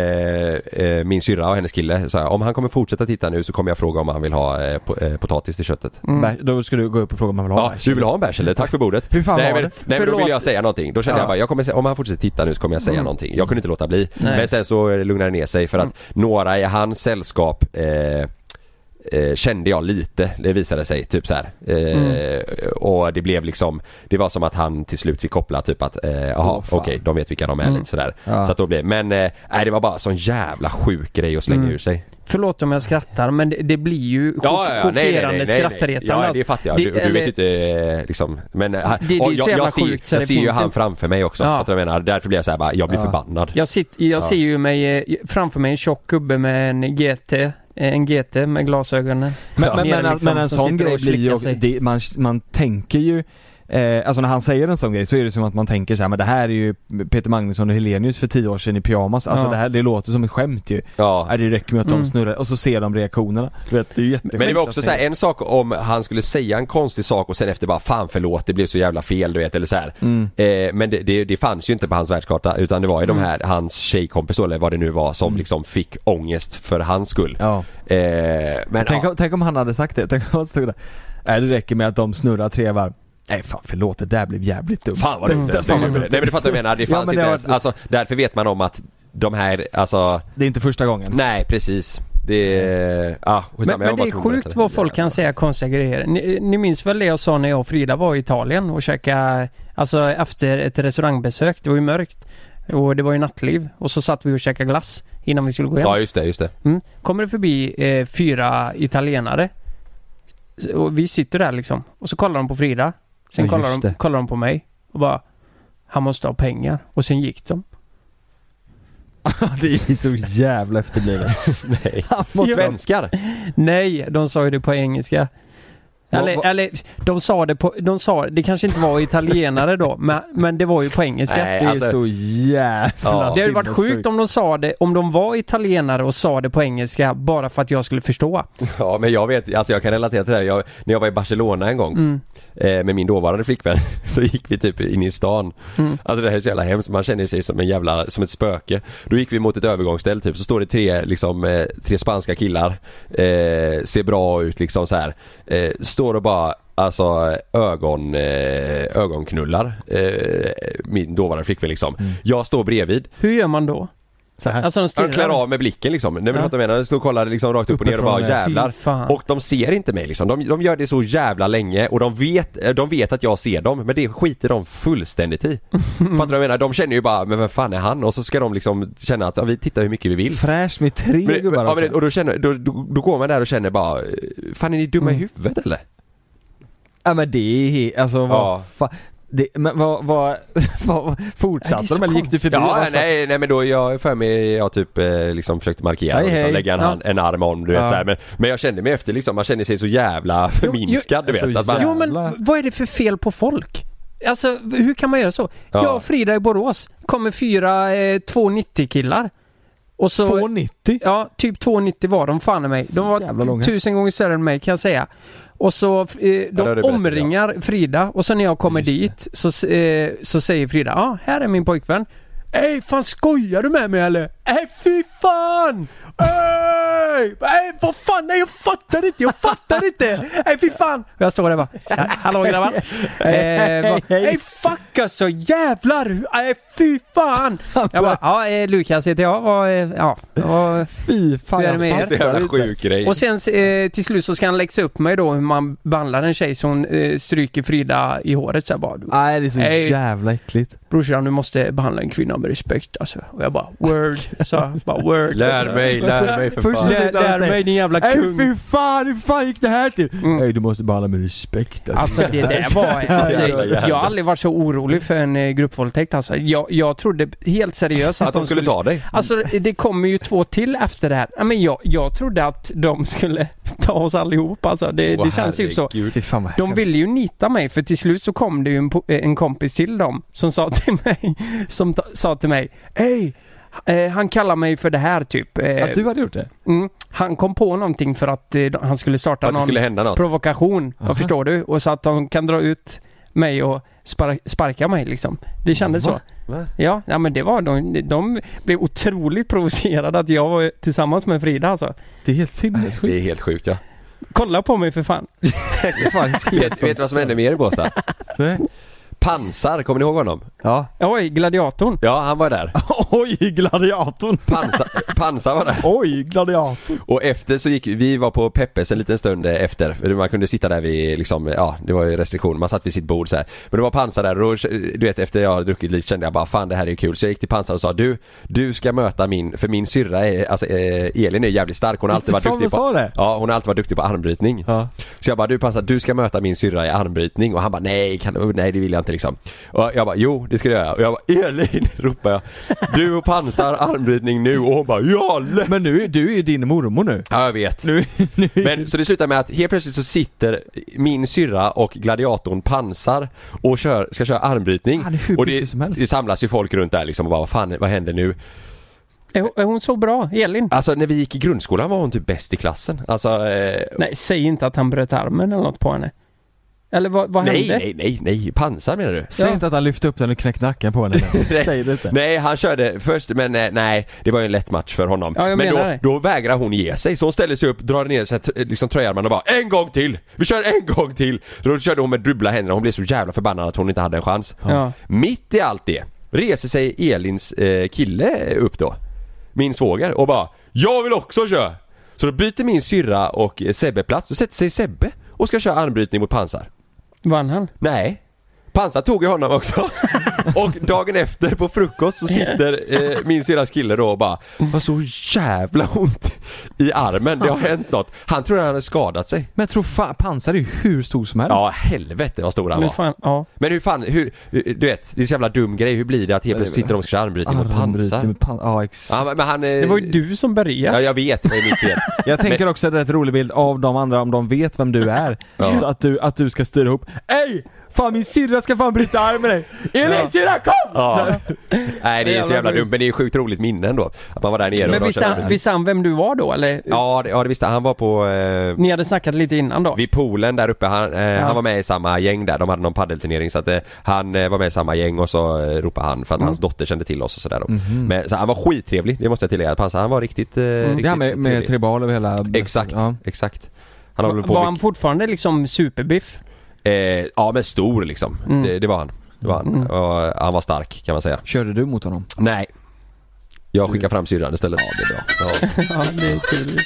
min syrra och hennes kille, så här, om han kommer fortsätta titta nu så kommer jag fråga om han vill ha potatis till köttet. Då ska du gå upp och fråga om han vill ha. Ja, du vill ha en bärs eller? Tack för bordet. Hur fan nej, men då vill jag säga någonting. Då kände jag bara, om han fortsätter titta nu så kommer jag säga någonting. Jag kunde inte låta bli. Nej. Men sen så lugnade det ner sig för att några i hans sällskap kände jag lite, det visade sig typ så här. Och det blev liksom, det var som att han till slut fick koppla typ att okej, de vet vilka de är lite sådär. Så att då blev, men det var bara sån jävla sjuk grej att slänga ur sig. Förlåt om jag skrattar, men det blir ju chockerande skrattretande. Ja, det fattar jag. Du vet inte liksom, men jag ser ju han framför mig också, att jag menar, därför blir jag så här bara, jag blir förbannad. Jag ser ju mig framför mig en tjock gubbe med en GT med glasögonen. Men en sån grej blir ju, man tänker ju alltså när han säger en sån grej så är det som att man tänker så här, men det här är ju Peter Magnusson och Helenius för 10 år sedan i pyjamas. Alltså det låter som ett skämt ju. Ja. Det räcker med att de snurrar och så ser de reaktionerna. Du vet, det är ju jätteskämt. Men det var också så här, en sak om han skulle säga en konstig sak och sen efter bara, fan förlåt, det blev så jävla fel, du vet, eller så här. Men det fanns ju inte på hans världskarta, utan det var ju de här, hans tjejkompis eller vad det nu var som liksom fick ångest för hans skull. Men tänk om han hade sagt det. Tänk om han stod där. Det räcker med att de snurrar 3 varv. Nej fan, förlåt, det där blev jävligt dumt. Fan vad dumt. Nej men det fattar jag menar, det fanns inte ens, alltså därför vet man om att de här, alltså det är inte första gången. Nej, precis. det är... Men det är sjukt vad folk kan säga konstiga grejer. Ni minns väl det jag sa när jag och Frida var i Italien och käkade, alltså efter ett restaurangbesök, det var ju mörkt och det var ju nattliv och så satt vi och käkade glass innan vi skulle gå hem. Ja, just det. Kommer det förbi 4 italienare och vi sitter där liksom och så kollar de på Frida, sen kollar de på mig och bara, han måste ha pengar, och sen gick de. Det är så jävla efterblivet. Nej. Svenskar? Nej, de sa ju det på engelska. Eller de sa det kanske inte var italienare då, men det var ju på engelska. Nej, det är så jävla. Det hade varit sjukt om de sa det, om de var italienare och sa det på engelska bara för att jag skulle förstå. Ja, men jag vet, alltså jag kan relatera till det här. När jag var i Barcelona en gång med min dåvarande flickvän, så gick vi typ in i stan. Alltså det här är så jävla hemskt, man känner sig som ett spöke. Då gick vi mot ett övergångsställe typ, så står det 3 spanska killar, ser bra ut liksom så här. Står och bara ögonknullar min dåvarande flickvän liksom. Jag står bredvid. Hur gör man då? Så här. Alltså de klär av med blicken liksom. Nej, men jag menar, står och kollar liksom rakt upp och ner och bara jävlar. Och de ser inte mig liksom. De gör det så jävla länge och de vet att jag ser dem, men det skiter de fullständigt i. Fattar du? Jag menar, de känner ju bara, men vem fan är han? Och så ska de liksom känna att vi tittar hur mycket vi vill. Fräsch med 3 gubbar. Och då går man där och känner bara, fan är ni dumma i huvudet eller? Ja, men det är alltså vad fan. Men vad fortsatte de eller gick du förbi? Ja, alltså? nej men då jag för mig jag typ liksom försökte markera och liksom lägga en arm om, du vet så här, men jag kände mig efter liksom, man kände sig så jävla förminskad, du vet att man... Jo, men vad är det för fel på folk? Alltså, hur kan man göra så? Jag och Frida i Borås kommer 4 2,90 killar. Och så 2,90? Ja, typ 2,90 var de fan i mig. De var 1000 gånger större än mig, kan jag säga. Och så de omringar Frida, och så när jag kommer dit så säger Frida, här är min pojkvän. Fan, skojar du med mig eller? Fy fan! Vad fan? Nej, jag fattar inte. Fy fan. Och jag står där bara, hallå grabbar. Fuck alltså, jävlar. Fy fan. Jag bara, Lukas heter jag. Fy fan. Det är så jävla sjuk grej. Och sen till slut så ska han läxa upp mig då hur man behandlar en tjej som stryker Frida i håret så här bara. Nej, det är så jävla äckligt. Brorsan, du måste behandla en kvinna med respekt alltså. Och jag bara, word. Så bara, word. Lär mig för först fan. Lär mig din jävla kung. Fy fan, hur fan gick det här till? Nej, du måste behandla med respekt. Alltså det där var, jag har aldrig varit så orolig för en gruppvåldtäkt alltså. Jag trodde helt seriöst att de skulle ta dig. Alltså det kommer ju 2 till efter det här. Men jag trodde att de skulle ta oss allihop alltså. Det känns ju så. De ville ju nita mig, för till slut så kom det ju en kompis till dem som sa till mig, han kallar mig för det här typ. Att du hade gjort det? Han kom på någonting för att han skulle starta någon provokation. Förstår du? Och så att de kan dra ut mig och sparka mig liksom. Det kändes så. Ja, men det var de blev otroligt provocerade att jag var tillsammans med Frida alltså. Det är helt sinnessjukt. Det är helt sjukt, ja. Kolla på mig för fan. Vet du vad som hände mer i Båstad? Nej. Pansar, kommer ni ihåg honom? Ja. Oj, gladiatorn. Ja, han var där. Oj, gladiatorn. Pansar var där. Oj, gladiatorn. Och efter så vi var på Peppes en liten stund efter. Man kunde sitta där vid liksom, det var ju restriktion. Man satt vid sitt bord så här. Men det var Pansar där och du vet, efter jag hade druckit lite kände jag bara, fan det här är kul. Så jag gick till Pansar och sa, du ska möta min syrra Elin är jävligt stark. Hon har alltid varit duktig på. Ja, hon har alltid varit duktig på armbrytning. Ja. Så jag bara, du Pansar, du ska möta min syrra i armbrytning. Och han bara, nej det vill jag inte liksom. Och jag bara, jo det ska du göra. Och jag bara, Elin, ropar jag, du och Pansar armbrytning nu. Och hon bara, ja. Men du är ju din mormor nu. Ja, jag vet. Men så det slutar med att helt plötsligt så sitter min syrra och gladiatorn Pansar och ska köra armbrytning. Och det samlas ju folk runt där liksom och bara, vad händer nu? Är hon så bra, Elin? Alltså när vi gick i grundskolan var hon typ bäst i klassen. Alltså, nej, säg inte att han bröt armen eller något på henne. Eller vad hände? Nej, Pansar menar du? Säg inte att han lyfte upp den och knäckte nacken på henne. Säg det inte. Nej, han körde först, men nej, det var ju en lätt match för honom. Ja, men då vägrar hon ge sig. Så hon ställer sig upp, drar ner sig liksom tröjarmen och bara, en gång till! Vi kör en gång till! Då körde hon med dubbla händer och hon blev så jävla förbannad att hon inte hade en chans. Ja. Mitt i allt det reser sig Elins kille upp då. Min svåger och bara, jag vill också köra! Så då byter min syrra och Sebbe plats. Då sätter sig Sebbe och ska köra armbrytning mot Pansar. Vann han? Nej. Pansar tog ju honom också. Och dagen efter på frukost så sitter min syrras kille då och bara var så jävla ont i armen. Det har hänt något. Han tror att han hade skadat sig. Men jag tror Pansar är ju hur stor som helst. Ja, helvete vad stor han var. Fan, ja. Men hur du vet, det är så jävla dum grej. Hur blir det att helt plötsligt sitter de och ska armbrytning mot Pansar? Ja, exakt. Ja, men han, det var ju du som började. Ja, jag vet, det var mitt fel. Jag tänker också att det är ett rolig bild av de andra om de vet vem du är. Så att du ska styra ihop. Ej! Fan, min syrra ska fan bryta armen med dig. Elin, syrra, kom! Ja. Nej, det är så jävla dumt. Men det är sjukt roligt minnen då. Att man var där nere. Men visste han vem du var då, eller? Ja, det visste han. Var på... Ni hade snackat lite innan då? Vid poolen där uppe. Han var med i samma gäng där. De hade någon paddelturnering. Så att han var med i samma gäng. Och så ropade han för att hans dotter kände till oss och sådär då. Men så han var skittrevlig. Det måste jag tillägga. Han var riktigt det här med tribal över hela... Exakt, exakt. Var han fortfarande liksom superbiff? Ja, men stor liksom. Det var han. Och han var stark, kan man säga. Körde du mot honom? Nej. Jag skickar fram syrran istället. Ja, det är bra. Ja, ja, det är kul.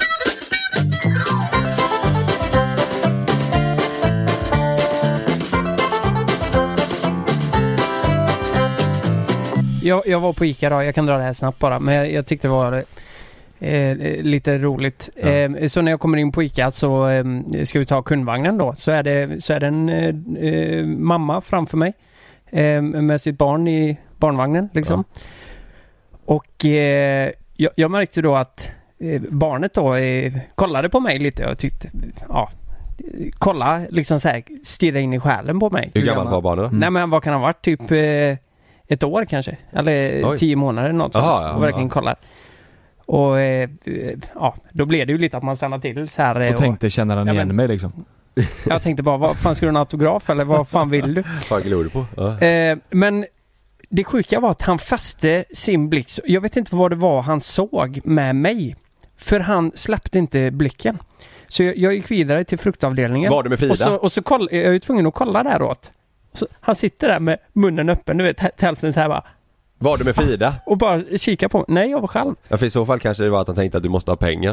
Jag var på Ica då, jag kan dra det här snabbt bara. Men jag tyckte det var lite roligt. Så när jag kommer in på Ica så ska vi ta kundvagnen då. Så är det en mamma framför mig med sitt barn i barnvagnen liksom. Ja. Och jag märkte då att barnet då kollade på mig lite och tyckte kolla liksom så här, stirra in i själen på mig. Hur gammal var barnet då? Nej, men vad kan han ha varit? Typ ett år kanske. Eller 10 månader något sånt. Och verkligen kolla. Och då blev det ju lite att man stannade till så här. Och tänkte, känner han igen mig liksom? Jag tänkte bara, vad fan, ska du ha en autograf eller vad fan vill du? Vad glor du på? Men det sjuka var att han fäste sin blick. Jag vet inte vad det var han såg med mig. För han släppte inte blicken. Så jag gick vidare till fruktavdelningen. Var du med Frida? Och så jag är ju tvungen att kolla däråt. Så han sitter där med munnen öppen, du vet, hälften så här bara. Var du med Frida? Och bara kika på. Nej, jag var själv. Ja, för i så fall kanske det var att han tänkte att du måste ha pengar.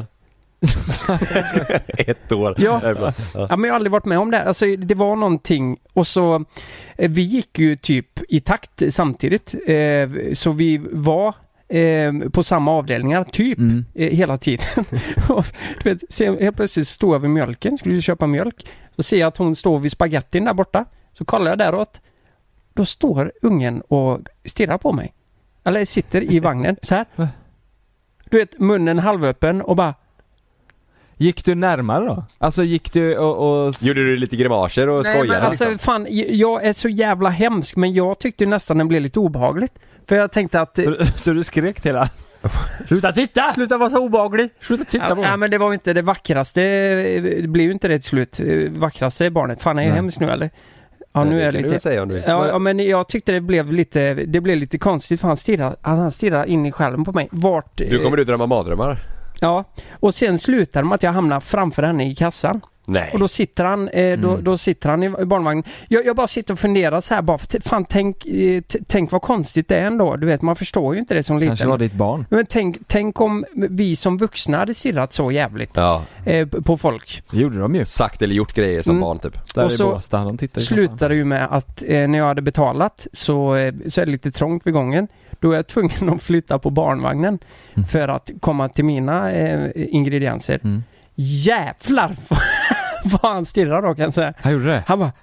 1 år. Ja, men jag har aldrig varit med om det. Alltså, det var någonting. Och så, vi gick ju typ i takt samtidigt. Så vi var på samma avdelningar typ hela tiden. Och, du vet, helt plötsligt stod jag vid mjölken. Skulle köpa mjölk. Så ser jag att hon står vid spagettin där borta. Så kollar jag däråt. Då står ungen och stirrar på mig. Eller sitter i vagnen så här. Du vet, munnen halvöppen och bara. Gick du närmare då? Alltså gick du och... Gjorde du lite grimaser och skojade? Men alltså liksom? Fan, jag är så jävla hemsk. Men jag tyckte nästan den blev lite obehagligt. För jag tänkte att... Så du skrek till henne? Sluta titta! Sluta vara så obehaglig! Sluta titta på mig! Ja, men det var ju inte det vackraste. Det blev ju inte det till slut. Vackraste barnet. Fan, är jag hemsk nu eller? Ja, nu är det lite... Säga om du... ja, men jag tyckte det blev lite konstigt för han stirrade in i själven på mig. Du kommer drömma mardrömmar. Ja, och sen slutar de att jag hamnar framför henne i kassan. Nej. Och då sitter han då sitter han i barnvagnen. Jag bara sitter och funderar så här bara, fan tänk vad konstigt det är ändå. Du vet, man förstår ju inte det som liten. Kanske var ditt barn. Men tänk om vi som vuxna hade stirrat så jävligt på folk. Det gjorde de ju. Sagt eller gjort grejer som barn typ. Där och så slutade ju med att när jag hade betalat så är det lite trångt vid gången. Då är jag tvungen att flytta på barnvagnen för att komma till mina ingredienser. Jävlar vad han stirrar då, kan jag säga. Han gjorde det? Han bara,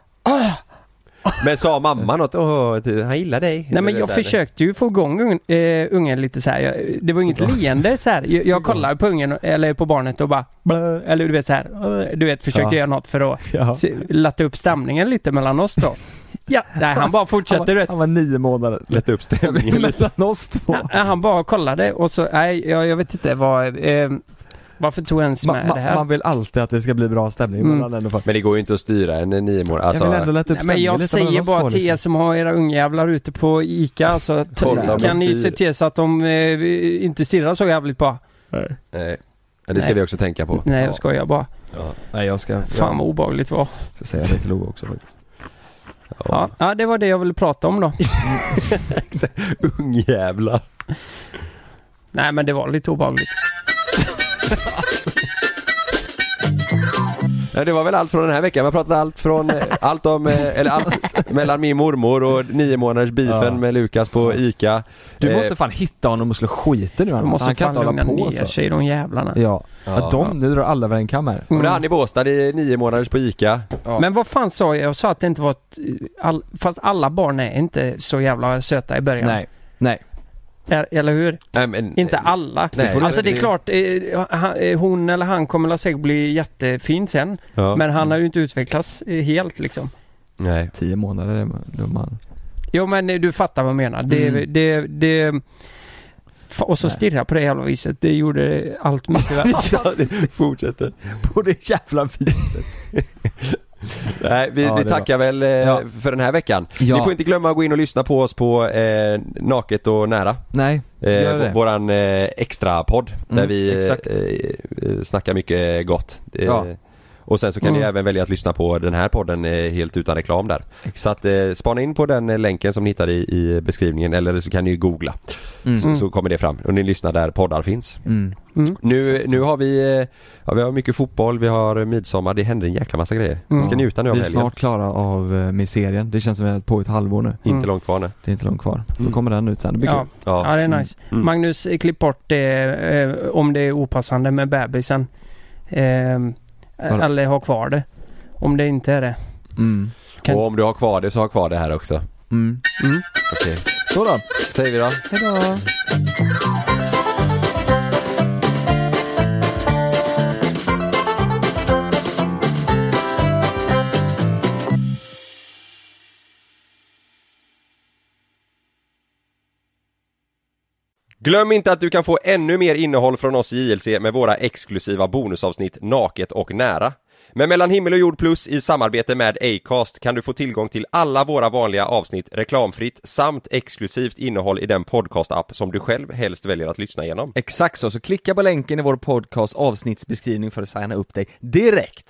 Men sa mamma något? Han gillar dig. Nej, men jag försökte ju få igång ungen lite så här. Det var inget leende så här. Jag kollade på ungen eller på barnet och bara eller du vet så här. Du vet, försökte göra något för att lätta upp stämningen lite mellan oss då. Ja, nej, han bara fortsatte. Han var 9 månader. Lätta upp stämningen mellan oss två. Han bara kollade och så jag vet inte vad varför tog ens med det här? Man vill alltid att det ska bli bra stämning mellan den. Men det går ju inte att styra en 9 månader. Alltså, jag vill ändå lätta upp stämningen. Men jag säger bara till er som har era ungjävlar ute på Ica, alltså, kan ni se till så att de inte stirrar så jävligt på? Nej. Det ska vi också tänka på. Nej, jag skojar bara. Ja. Nej, jag ska... Fan vad obehagligt var. Så säger jag det till Lova också faktiskt. Ja, det var det jag ville prata om då. Ungjävlar. Nej, men det var lite obehagligt. Ja, det var väl allt från den här veckan. Man pratade allt om mellan min mormor och 9 månaders beefen med Lukas på ICA. Du måste fan hitta honom och slå skiten nu. De måste han fan lugna ner sig, de jävlarna. Nu drar alla över en kam här. Och det är han i Båstad, det är 9 månaders på ICA. Men vad fan sa jag? Jag sa att det inte var fast alla barn är inte så jävla söta i början. Nej. Eller hur? Inte alla. Alltså det är klart, hon eller han kommer säkert bli jättefin sen. Ja. Men han har ju inte utvecklats helt liksom. Nej. 10 månader är man. Jo, men du fattar vad jag menar. Det och så stirra på det jävla viset. Det gjorde allt mycket värre. Ja, det fortsätter. På det jävla viset. Nej, vi tackar väl för den här veckan. Ni får inte glömma att gå in och lyssna på oss på Naket och Nära. Nej, gör det. Våran extra podd där vi snackar mycket gott. Och sen så kan ni även välja att lyssna på den här podden helt utan reklam där. Så att spana in på den länken som ni hittar i beskrivningen, eller så kan ni googla. Så kommer det fram. Och ni lyssnar där poddar finns. Nu har vi har mycket fotboll, vi har midsommar, det händer en jäkla massa grejer. Vi ska njuta nu av helgen. Vi är snart klara av med serien. Det känns som att vi har på ett halvår nu. Inte långt kvar nu. Det är inte långt kvar. Då kommer den ut sen. Det blir kul. Ja, det är nice. Magnus, klipp bort det om det är opassande med bebisen. Eller ha kvar det. Om det inte är det. Och om du har kvar det så ha kvar det här också. Okej. Så då. Säger vi då. Hejdå. Glöm inte att du kan få ännu mer innehåll från oss i JLC med våra exklusiva bonusavsnitt Naket och Nära. Men Mellan himmel och jord plus i samarbete med Acast kan du få tillgång till alla våra vanliga avsnitt reklamfritt samt exklusivt innehåll i den podcast-app som du själv helst väljer att lyssna igenom. Exakt så klicka på länken i vår podcast avsnittsbeskrivning för att signa upp dig direkt.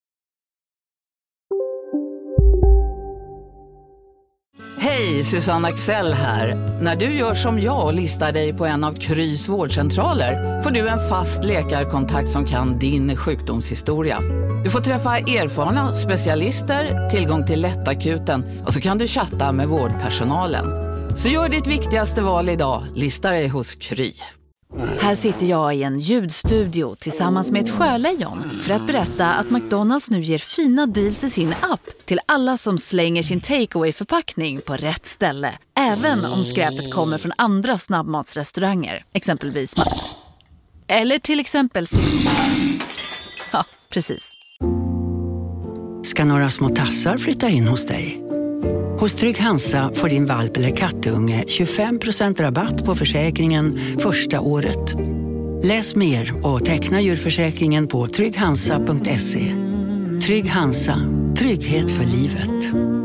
Hej, Susanne Axel här. När du gör som jag och listar dig på en av Krys vårdcentraler får du en fast läkarkontakt som kan din sjukdomshistoria. Du får träffa erfarna specialister, tillgång till lättakuten och så kan du chatta med vårdpersonalen. Så gör ditt viktigaste val idag, lista dig hos Kry. Här sitter jag i en ljudstudio tillsammans med ett sjölejon för att berätta att McDonalds nu ger fina deals i sin app till alla som slänger sin takeaway-förpackning på rätt ställe. Även om skräpet kommer från andra snabbmatsrestauranger, exempelvis eller till exempel ja, precis. Ska några små tassar flytta in hos dig? Hos Trygg Hansa får din valp eller kattunge 25% rabatt på försäkringen första året. Läs mer och teckna djurförsäkringen på trygghansa.se. Trygg Hansa, trygghet för livet.